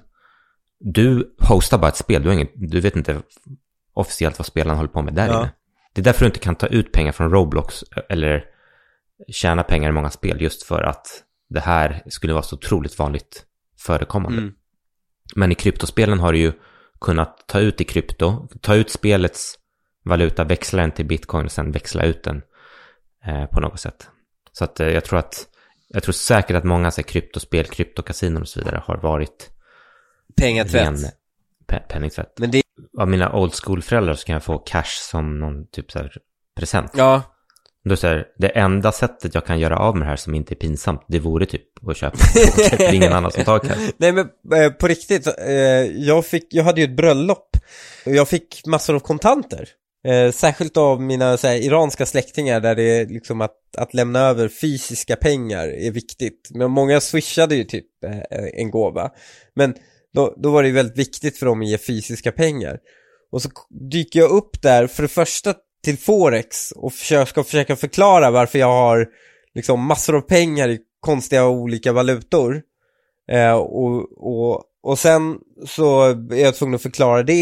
Du hostar bara ett spel, du, har ingen, du vet inte officiellt vad spelaren håller på med där ja. inne. Det är därför du inte kan ta ut pengar från Roblox eller tjäna pengar i många spel, just för att det här skulle vara så otroligt vanligt förekommande. Mm. Men i kryptospelen har du ju kunnat ta ut i krypto, ta ut spelets valuta, växla den till bitcoin och sen växla ut den eh, på något sätt. Så att eh, jag tror att jag tror säkert att många så här, kryptospel, kryptokasinon och så vidare har varit pengatvätt. Pe- penningtvätt. Men det... Av mina old school-föräldrar så kan jag få cash som någon typ så här present. Ja. Då så här, det enda sättet jag kan göra av med det här som inte är pinsamt, det vore typ att köpa. Det är ingen annan som tar cash. Nej, men eh, på riktigt, eh, jag, fick, jag hade ju ett bröllop. Jag fick massor av kontanter. Eh, särskilt av mina så här, iranska släktingar där det är liksom att, att lämna över fysiska pengar är viktigt. Men många swishade ju typ eh, en gåva. Men då, då var det ju väldigt viktigt för dem att ge fysiska pengar. Och så dyker jag upp där för det första till Forex och försöka, ska försöka förklara varför jag har liksom massor av pengar i konstiga olika valutor. Eh, och, och, och sen så är jag tvungen att förklara det.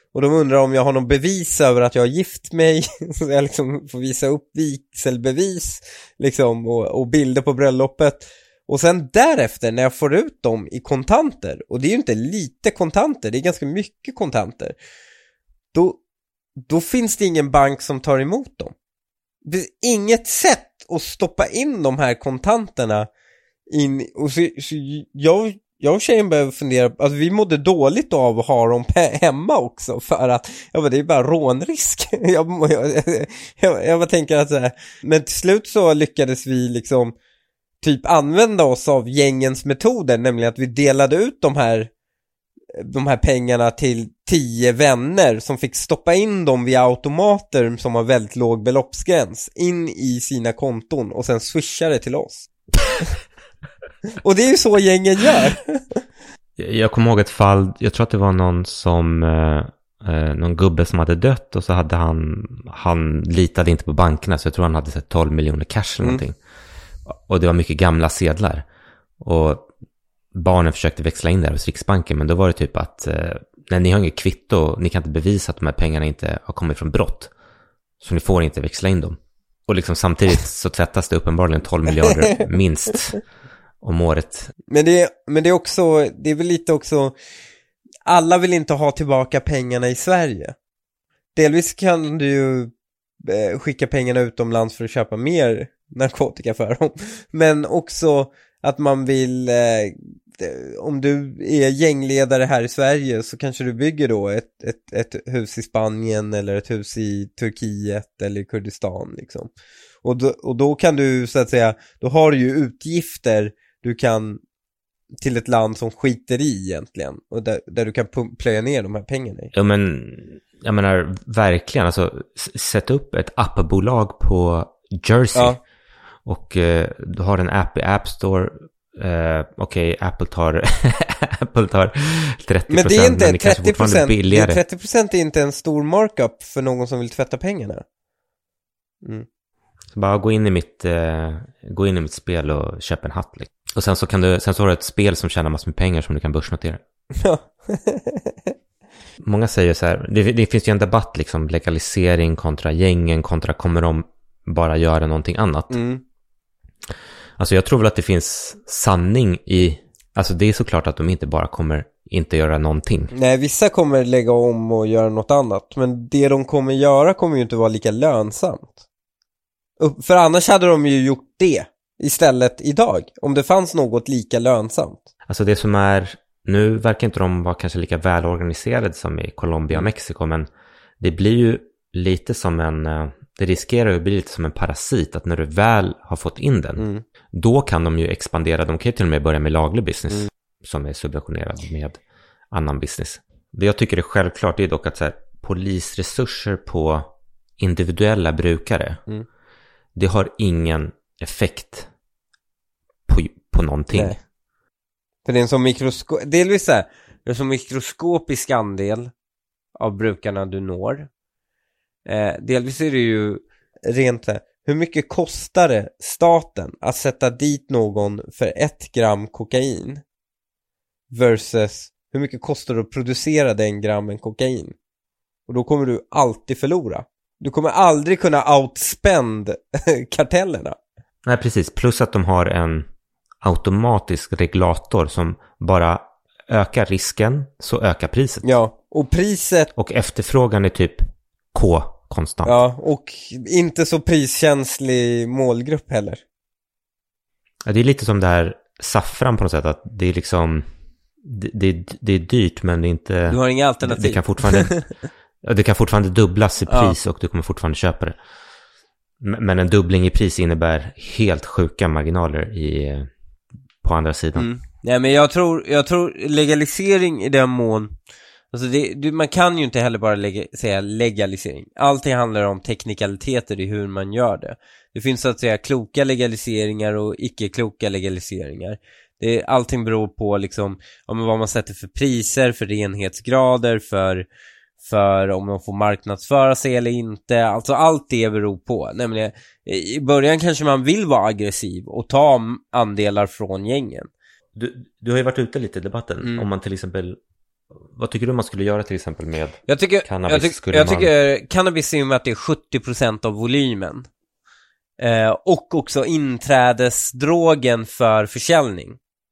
Och de undrar om jag har någon bevis över att jag har gift mig. Så jag liksom får visa upp vigselbevis liksom, och, och bilder på bröllopet. Och sen därefter när jag får ut dem i kontanter, och det är ju inte lite kontanter, det är ganska mycket kontanter, då, då finns det ingen bank som tar emot dem. Det finns inget sätt att stoppa in de här kontanterna in, och så, så jag, jag och tjejen började fundera, alltså vi mådde dåligt av att ha dem hemma också, för att ja, men det är bara rånrisk. jag, jag, jag, jag bara tänker att så här, men till slut så lyckades vi liksom typ använda oss av gängens metoder, nämligen att vi delade ut de här de här pengarna till tio vänner som fick stoppa in dem via automater som har väldigt låg beloppsgräns in i sina konton och sen swishar det till oss. Och det är ju så gängen gör. Jag kommer ihåg ett fall, jag tror att det var någon som eh, någon gubbe som hade dött, och så hade han han litade inte på bankerna, så jag tror han hade sett tolv miljoner cash eller mm. någonting. Och det var mycket gamla sedlar. Och barnen försökte växla in där hos Riksbanken, men då var det typ att eh, nej, ni har inget kvitto, ni kan inte bevisa att de här pengarna inte har kommit från brott. Så ni får inte växla in dem. Och liksom samtidigt så tvättas det uppenbarligen tolv miljarder minst om året. Men det, är, men det är också, det är väl lite också, alla vill inte ha tillbaka pengarna i Sverige. Delvis kan du ju eh, skicka pengarna utomlands för att köpa mer narkotika för dem. Men också att man vill, eh, om du är gängledare här i Sverige så kanske du bygger då ett, ett, ett hus i Spanien eller ett hus i Turkiet eller i Kurdistan liksom. Och då, och då kan du så att säga, då har du ju utgifter du kan till ett land som skiter i egentligen, och där, där du kan p- plöja ner de här pengarna i. Ja, men jag menar verkligen, alltså sätt upp ett appbolag på Jersey. Ja. Och eh, du har en app i App Store. Eh, Okej, okay, Apple tar Apple tar trettio procent. Men det är inte men det trettio procent. Billigare. Det är trettio procent är inte en stor markup för någon som vill tvätta pengarna. Mm. Så bara gå in i mitt eh, gå in i mitt spel och köp en hatt. Liksom. Och sen så kan du sen så har du ett spel som tjänar massor med pengar som du kan börsnotera. Ja. Många säger så här, det, det finns ju en debatt liksom, legalisering kontra gängen kontra kommer de bara göra någonting annat. Mm. Alltså jag tror väl att det finns sanning i, alltså det är såklart att de inte bara kommer inte göra någonting. Nej, vissa kommer lägga om och göra något annat, men det de kommer göra kommer ju inte vara lika lönsamt. För annars hade de ju gjort det istället idag, om det fanns något lika lönsamt. Alltså det som är, nu verkar inte de vara kanske lika välorganiserade som i Colombia och Mexiko, men det blir ju lite som en, det riskerar ju att bli lite som en parasit, att när du väl har fått in den, mm. då kan de ju expandera, de kan ju till och med börja med laglig business mm. som är subventionerad med annan business. Det jag tycker är självklart är dock att så här, polisresurser på individuella brukare, mm. det har ingen effekt på, på någonting. Nej. För det är en sån mikroskop, delvis så här, det är en sån mikroskopisk andel av brukarna du når. Eh, delvis är det ju rent så här, hur mycket kostar det staten att sätta dit någon för ett gram kokain versus hur mycket kostar det att producera den grammen kokain? Och då kommer du alltid förlora. Du kommer aldrig kunna outspend kartellerna. Nej, precis. Plus att de har en automatisk regulator som bara ökar risken, så ökar priset. Ja, och priset... Och efterfrågan är typ K konstant. Ja, och inte så priskänslig målgrupp heller. Ja, det är lite som det här saffran på något sätt, att det är liksom... Det, det, det är dyrt, men det är inte... Du har inga alternativ. Det, det kan fortfarande... Det kan fortfarande dubblas i pris, ja. Och du kommer fortfarande köpa det. Men en dubbling i pris innebär helt sjuka marginaler i, på andra sidan. Mm. Nej, men jag tror, jag tror legalisering i den mån... Alltså det, du, man kan ju inte heller bara lägga, säga legalisering. Allting handlar om teknikaliteter i hur man gör det. Det finns så att säga kloka legaliseringar och icke-kloka legaliseringar. Det, allting beror på liksom, om vad man sätter för priser, för renhetsgrader, för... för om de får marknadsföra sig eller inte. Alltså allt det beror på. Nämligen, i början kanske man vill vara aggressiv och ta andelar från gängen. Du, du har ju varit ute lite i debatten. Mm. Om man till exempel vad tycker du man skulle göra till exempel med jag tycker, cannabis? Jag, tyck, Skulle jag man... tycker cannabis är ju med att det är sjuttio procent av volymen. Eh, och också inträdesdrogen för försäljning.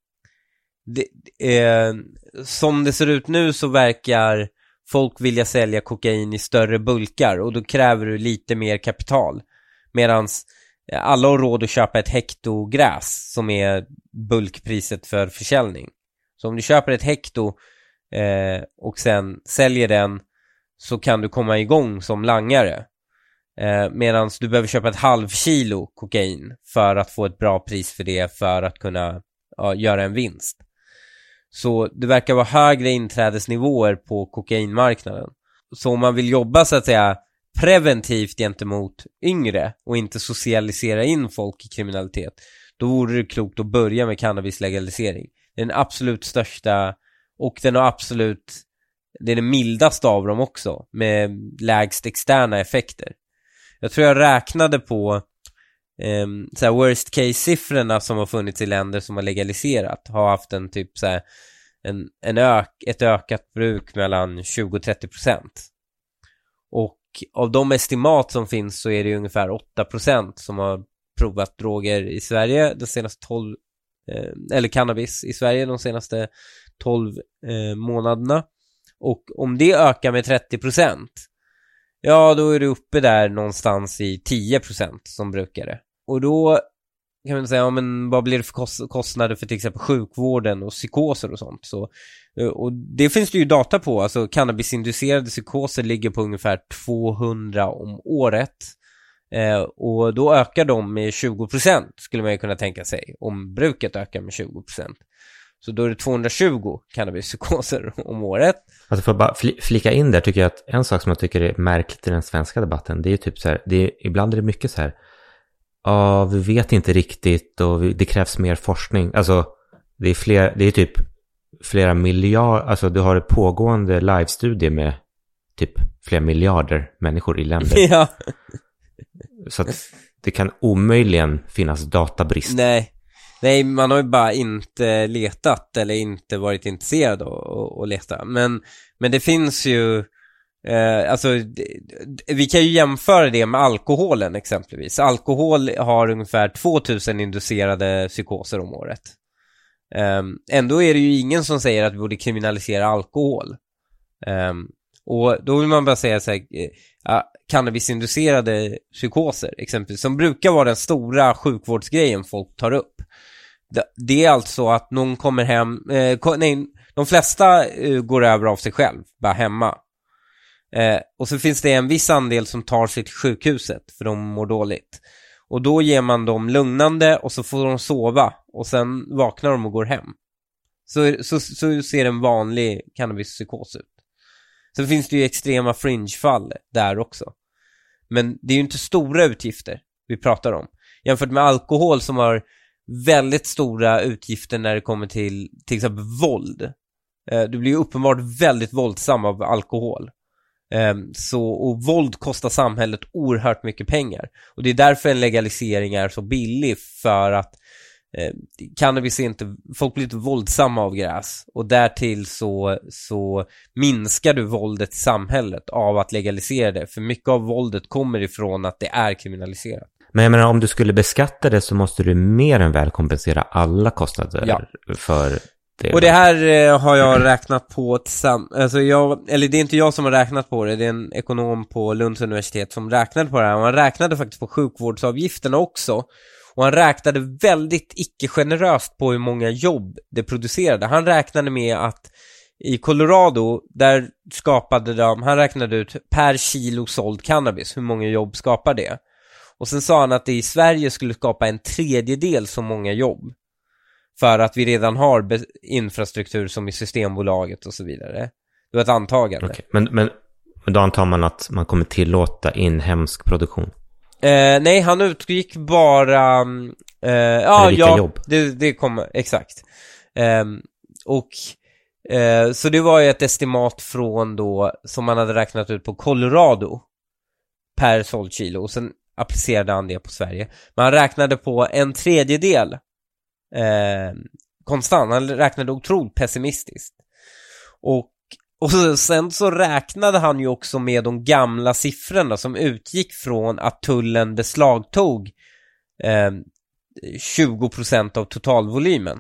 Det, eh, som det ser ut nu så verkar folk vilja sälja kokain i större bulkar, och då kräver du lite mer kapital. Medan alla har råd att köpa ett hekto gräs som är bulkpriset för försäljning. Så om du köper ett hekto eh, och sen säljer den, så kan du komma igång som langare. Eh, Medan du behöver köpa ett halv kilo kokain för att få ett bra pris för det, för att kunna ja, göra en vinst. Så det verkar vara högre inträdesnivåer på kokainmarknaden. Så om man vill jobba så att säga preventivt gentemot yngre och inte socialisera in folk i kriminalitet, då vore det klokt att börja med cannabislegalisering. Det är den absolut största, och den har absolut, det är den mildaste av dem också, med lägst externa effekter. Jag tror jag räknade på eh, så här worst case-siffrorna som har funnits i länder som har legaliserat, har haft en typ så här, en, en ök, ett ökat bruk mellan tjugo till trettio procent. Och av de estimat som finns så är det ungefär åtta procent som har provat droger i Sverige de senaste tolv eh, eller cannabis i Sverige de senaste tolv eh, månaderna. Och om det ökar med trettio procent, ja då är det uppe där någonstans i tio procent som brukar det. Och då kan man säga, ja, men vad blir det för kost- kostnader för till exempel sjukvården och psykoser och sånt. Så, och det finns det ju data på. Alltså cannabisinducerade psykoser ligger på ungefär tvåhundra om året. Eh, och då ökar de med tjugo procent, skulle man ju kunna tänka sig, om bruket ökar med tjugo procent. Så då är det tvåhundratjugo cannabispsykoser om året. Alltså för att bara fl- flika in där, tycker jag att en sak som jag tycker är märkligt i den svenska debatten, det är ju typ så här, det är, ibland är det mycket så här, ja, vi vet inte riktigt och vi, det krävs mer forskning. Alltså, det är fler, det är typ flera miljarder, alltså du har ett pågående live-studie med typ flera miljarder människor i länder. Ja. Så att det kan omöjligen finnas databrist. Nej. Nej, man har ju bara inte letat eller inte varit intresserad av att leta. Men, men det finns ju, eh, alltså det, vi kan ju jämföra det med alkoholen exempelvis. Alkohol har ungefär tvåtusen inducerade psykoser om året. Eh, ändå är det ju ingen som säger att vi borde kriminalisera alkohol. Eh, och då vill man bara säga så här, eh, cannabisinducerade psykoser exempelvis, som brukar vara den stora sjukvårdsgrejen folk tar upp. Det är alltså att någon kommer hem, eh, nej, de flesta eh, går över av sig själv, bara hemma. Eh, och så finns det en viss andel som tar sig till sjukhuset för de mår dåligt. Och då ger man dem lugnande och så får de sova. Och sen vaknar de och går hem. Så, så, så ser en vanlig cannabispsykos ut. Sen finns det ju extrema fringe-fall där också. Men det är ju inte stora utgifter vi pratar om. Jämfört med alkohol som har väldigt stora utgifter när det kommer till till exempel våld. Eh, du blir ju uppenbart väldigt våldsam av alkohol. Eh, så, och våld kostar samhället oerhört mycket pengar. Och det är därför en legalisering är så billig, för att eh, cannabis är inte, folk blir inte våldsamma av gräs. Och därtill så, så minskar du våldet i samhället av att legalisera det. För mycket av våldet kommer ifrån att det är kriminaliserat. Men jag menar, om du skulle beskatta det så måste du mer än väl kompensera alla kostnader ja. för det. Och det här eh, har jag räknat på tillsammans, alltså jag, eller det är inte jag som har räknat på det, det är en ekonom på Lunds universitet som räknade på det här. Och han räknade faktiskt på sjukvårdsavgifterna också. Och han räknade väldigt icke-generöst på hur många jobb det producerade. Han räknade med att i Colorado, där skapade de, han räknade ut per kilo såld cannabis, hur många jobb skapar det. Och sen sa han att det i Sverige skulle skapa en tredjedel så många jobb. För att vi redan har be- infrastruktur som i Systembolaget och så vidare. Det var ett antagande. Okay. Men, men, men då antar man att man kommer tillåta inhemsk produktion? Eh, nej, han utgick bara... Eh, ja, ja jobb? Det, det kommer, exakt. Eh, och... Eh, så det var ju ett estimat från då, som man hade räknat ut på Colorado per såld kilo. Och sen applicerade han det på Sverige. Men han räknade på en tredjedel eh, konstant. Han räknade otroligt pessimistiskt. Och Och så, sen så räknade han ju också med de gamla siffrorna som utgick från att tullen beslagtog eh, tjugo procent av totalvolymen.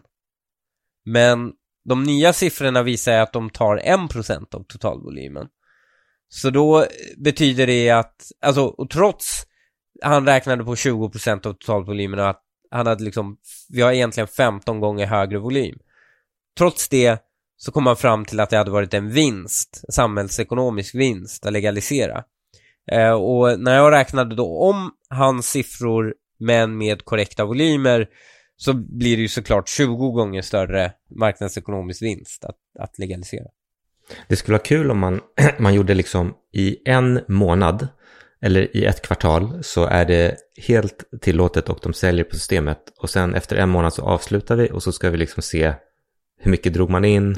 Men de nya siffrorna visar att de tar en procent av totalvolymen. Så då betyder det att, alltså, och trots han räknade på tjugo procent av totalvolymen och att han hade liksom, vi har egentligen femton gånger högre volym. Trots det så kom man fram till att det hade varit en vinst, samhällsekonomisk vinst att legalisera. Eh, och när jag räknade då om hans siffror men med korrekta volymer så blir det ju såklart tjugo gånger större marknadsekonomisk vinst att, att legalisera. Det skulle vara kul om man, man gjorde liksom i en månad eller i ett kvartal så är det helt tillåtet och de säljer på systemet. Och sen efter en månad så avslutar vi och så ska vi liksom se hur mycket drog man in?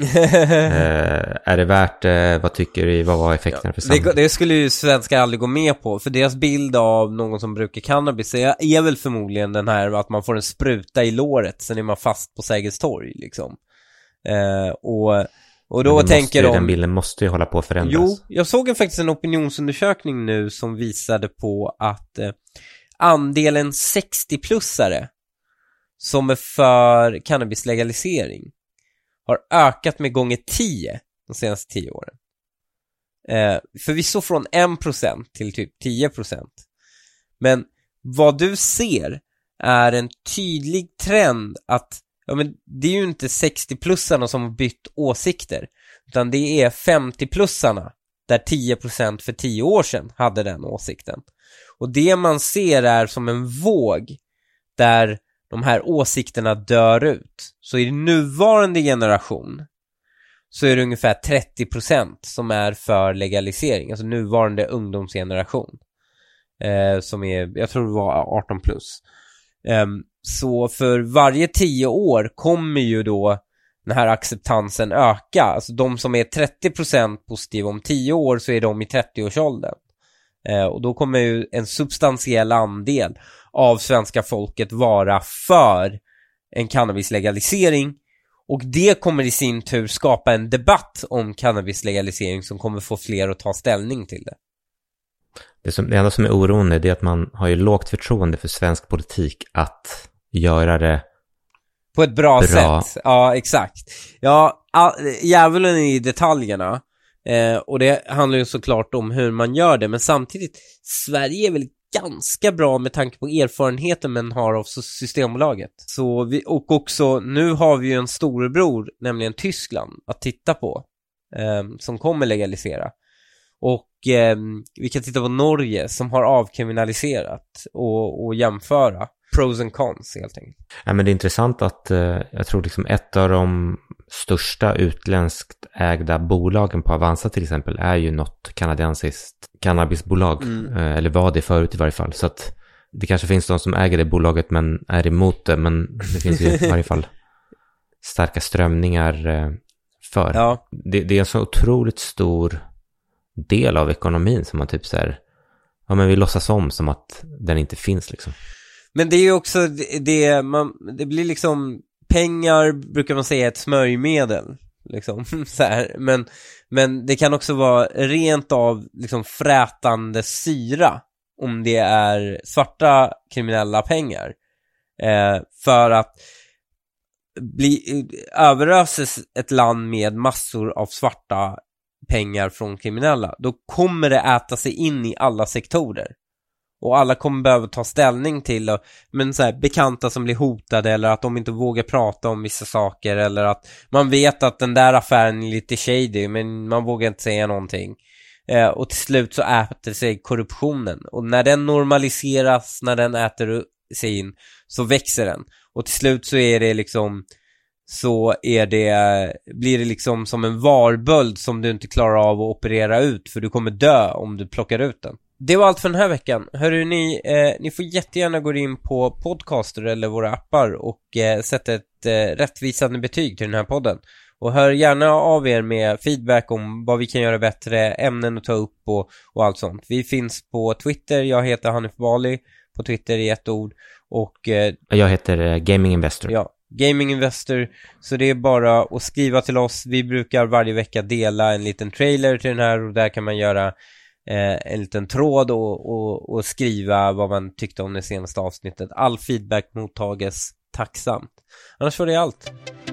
eh, är det värt det? Vad tycker du? Vad var effekterna för samhället? Det, det skulle ju svenskar aldrig gå med på. För deras bild av någon som brukar cannabis är, är väl förmodligen den här att man får en spruta i låret. Sen är man fast på Sergels torg liksom. Eh, och, och då tänker de... Den bilden måste ju hålla på att förändras. Jo, jag såg en, faktiskt en opinionsundersökning nu som visade på att eh, andelen sextio-plussare som är för cannabislegalisering har ökat med gånger tio de senaste tio åren. Eh, förvisso från en procent till typ tio procent. Men vad du ser är en tydlig trend att ja, men det är ju inte sextio-plussarna som har bytt åsikter, utan det är femtio-plussarna där tio procent för tio år sedan hade den åsikten. Och det man ser är som en våg där de här åsikterna dör ut. Så i nuvarande generation så är det ungefär trettio procent som är för legalisering. Alltså nuvarande ungdomsgeneration. Eh, som är, jag tror det var arton plus. Eh, så för varje tio år kommer ju då den här acceptansen öka. Alltså de som är trettio procent positiva om tio år så är de i trettio-årsåldern. Eh, och då kommer ju en substantiell andel av svenska folket vara för en cannabislegalisering, och det kommer i sin tur skapa en debatt om cannabislegalisering som kommer få fler att ta ställning till det. Det, som, det enda som är oroande är att man har ju lågt förtroende för svensk politik att göra det på ett bra, bra. sätt. Ja, exakt. Ja, all, djävulen är i detaljerna. Eh, och det handlar ju såklart om hur man gör det. Men samtidigt, Sverige är väl ganska bra med tanke på erfarenheten man har av Systembolaget. Så vi, och också, nu har vi ju en storebror, nämligen Tyskland, att titta på. Eh, som kommer legalisera. Och eh, vi kan titta på Norge som har avkriminaliserat och, och jämföra. Pros and cons helt enkelt. Ja, men det är intressant att eh, jag tror liksom ett av de största utländskt ägda bolagen på Avanza till exempel är ju något kanadensiskt cannabisbolag. Mm. Eh, eller var det förut i varje fall. Så att det kanske finns de som äger det bolaget men är emot det. Men det finns ju i varje fall starka strömningar eh, för. Ja. Det, det är en så otroligt stor del av ekonomin som man typ så här, ja men vi låtsas om som att den inte finns liksom. Men det är ju också det, det, man, det blir liksom, pengar brukar man säga ett smörjmedel liksom, så här. Men, men det kan också vara rent av liksom frätande syra om det är svarta kriminella pengar. Eh, för att bli, överöses ett land med massor av svarta pengar från kriminella, då kommer det äta sig in i alla sektorer. Och alla kommer behöva ta ställning till och, men så här, bekanta som blir hotade eller att de inte vågar prata om vissa saker, eller att man vet att den där affären är lite shady men man vågar inte säga någonting. Eh, och till slut så äter sig korruptionen. Och när den normaliseras, när den äter sig in, så växer den. Och till slut så är det liksom så är det, blir det liksom som en varböld som du inte klarar av att operera ut, för du kommer dö om du plockar ut den. Det var allt för den här veckan. Hörru ni, eh, ni får jättegärna gå in på Podcaster eller våra appar och eh, sätta ett eh, rättvisande betyg till den här podden. Och hör gärna av er med feedback om vad vi kan göra bättre, ämnen att ta upp och, och allt sånt. Vi finns på Twitter, jag heter Hanif Bali på Twitter i ett ord. Och, eh, jag heter eh, Gaming Investor. Ja, Gaming Investor. Så det är bara att skriva till oss. Vi brukar varje vecka dela en liten trailer till den här, och där kan man göra eh, en liten tråd och, och, och skriva vad man tyckte om det senaste avsnittet. All feedback mottages tacksamt. Annars var det allt.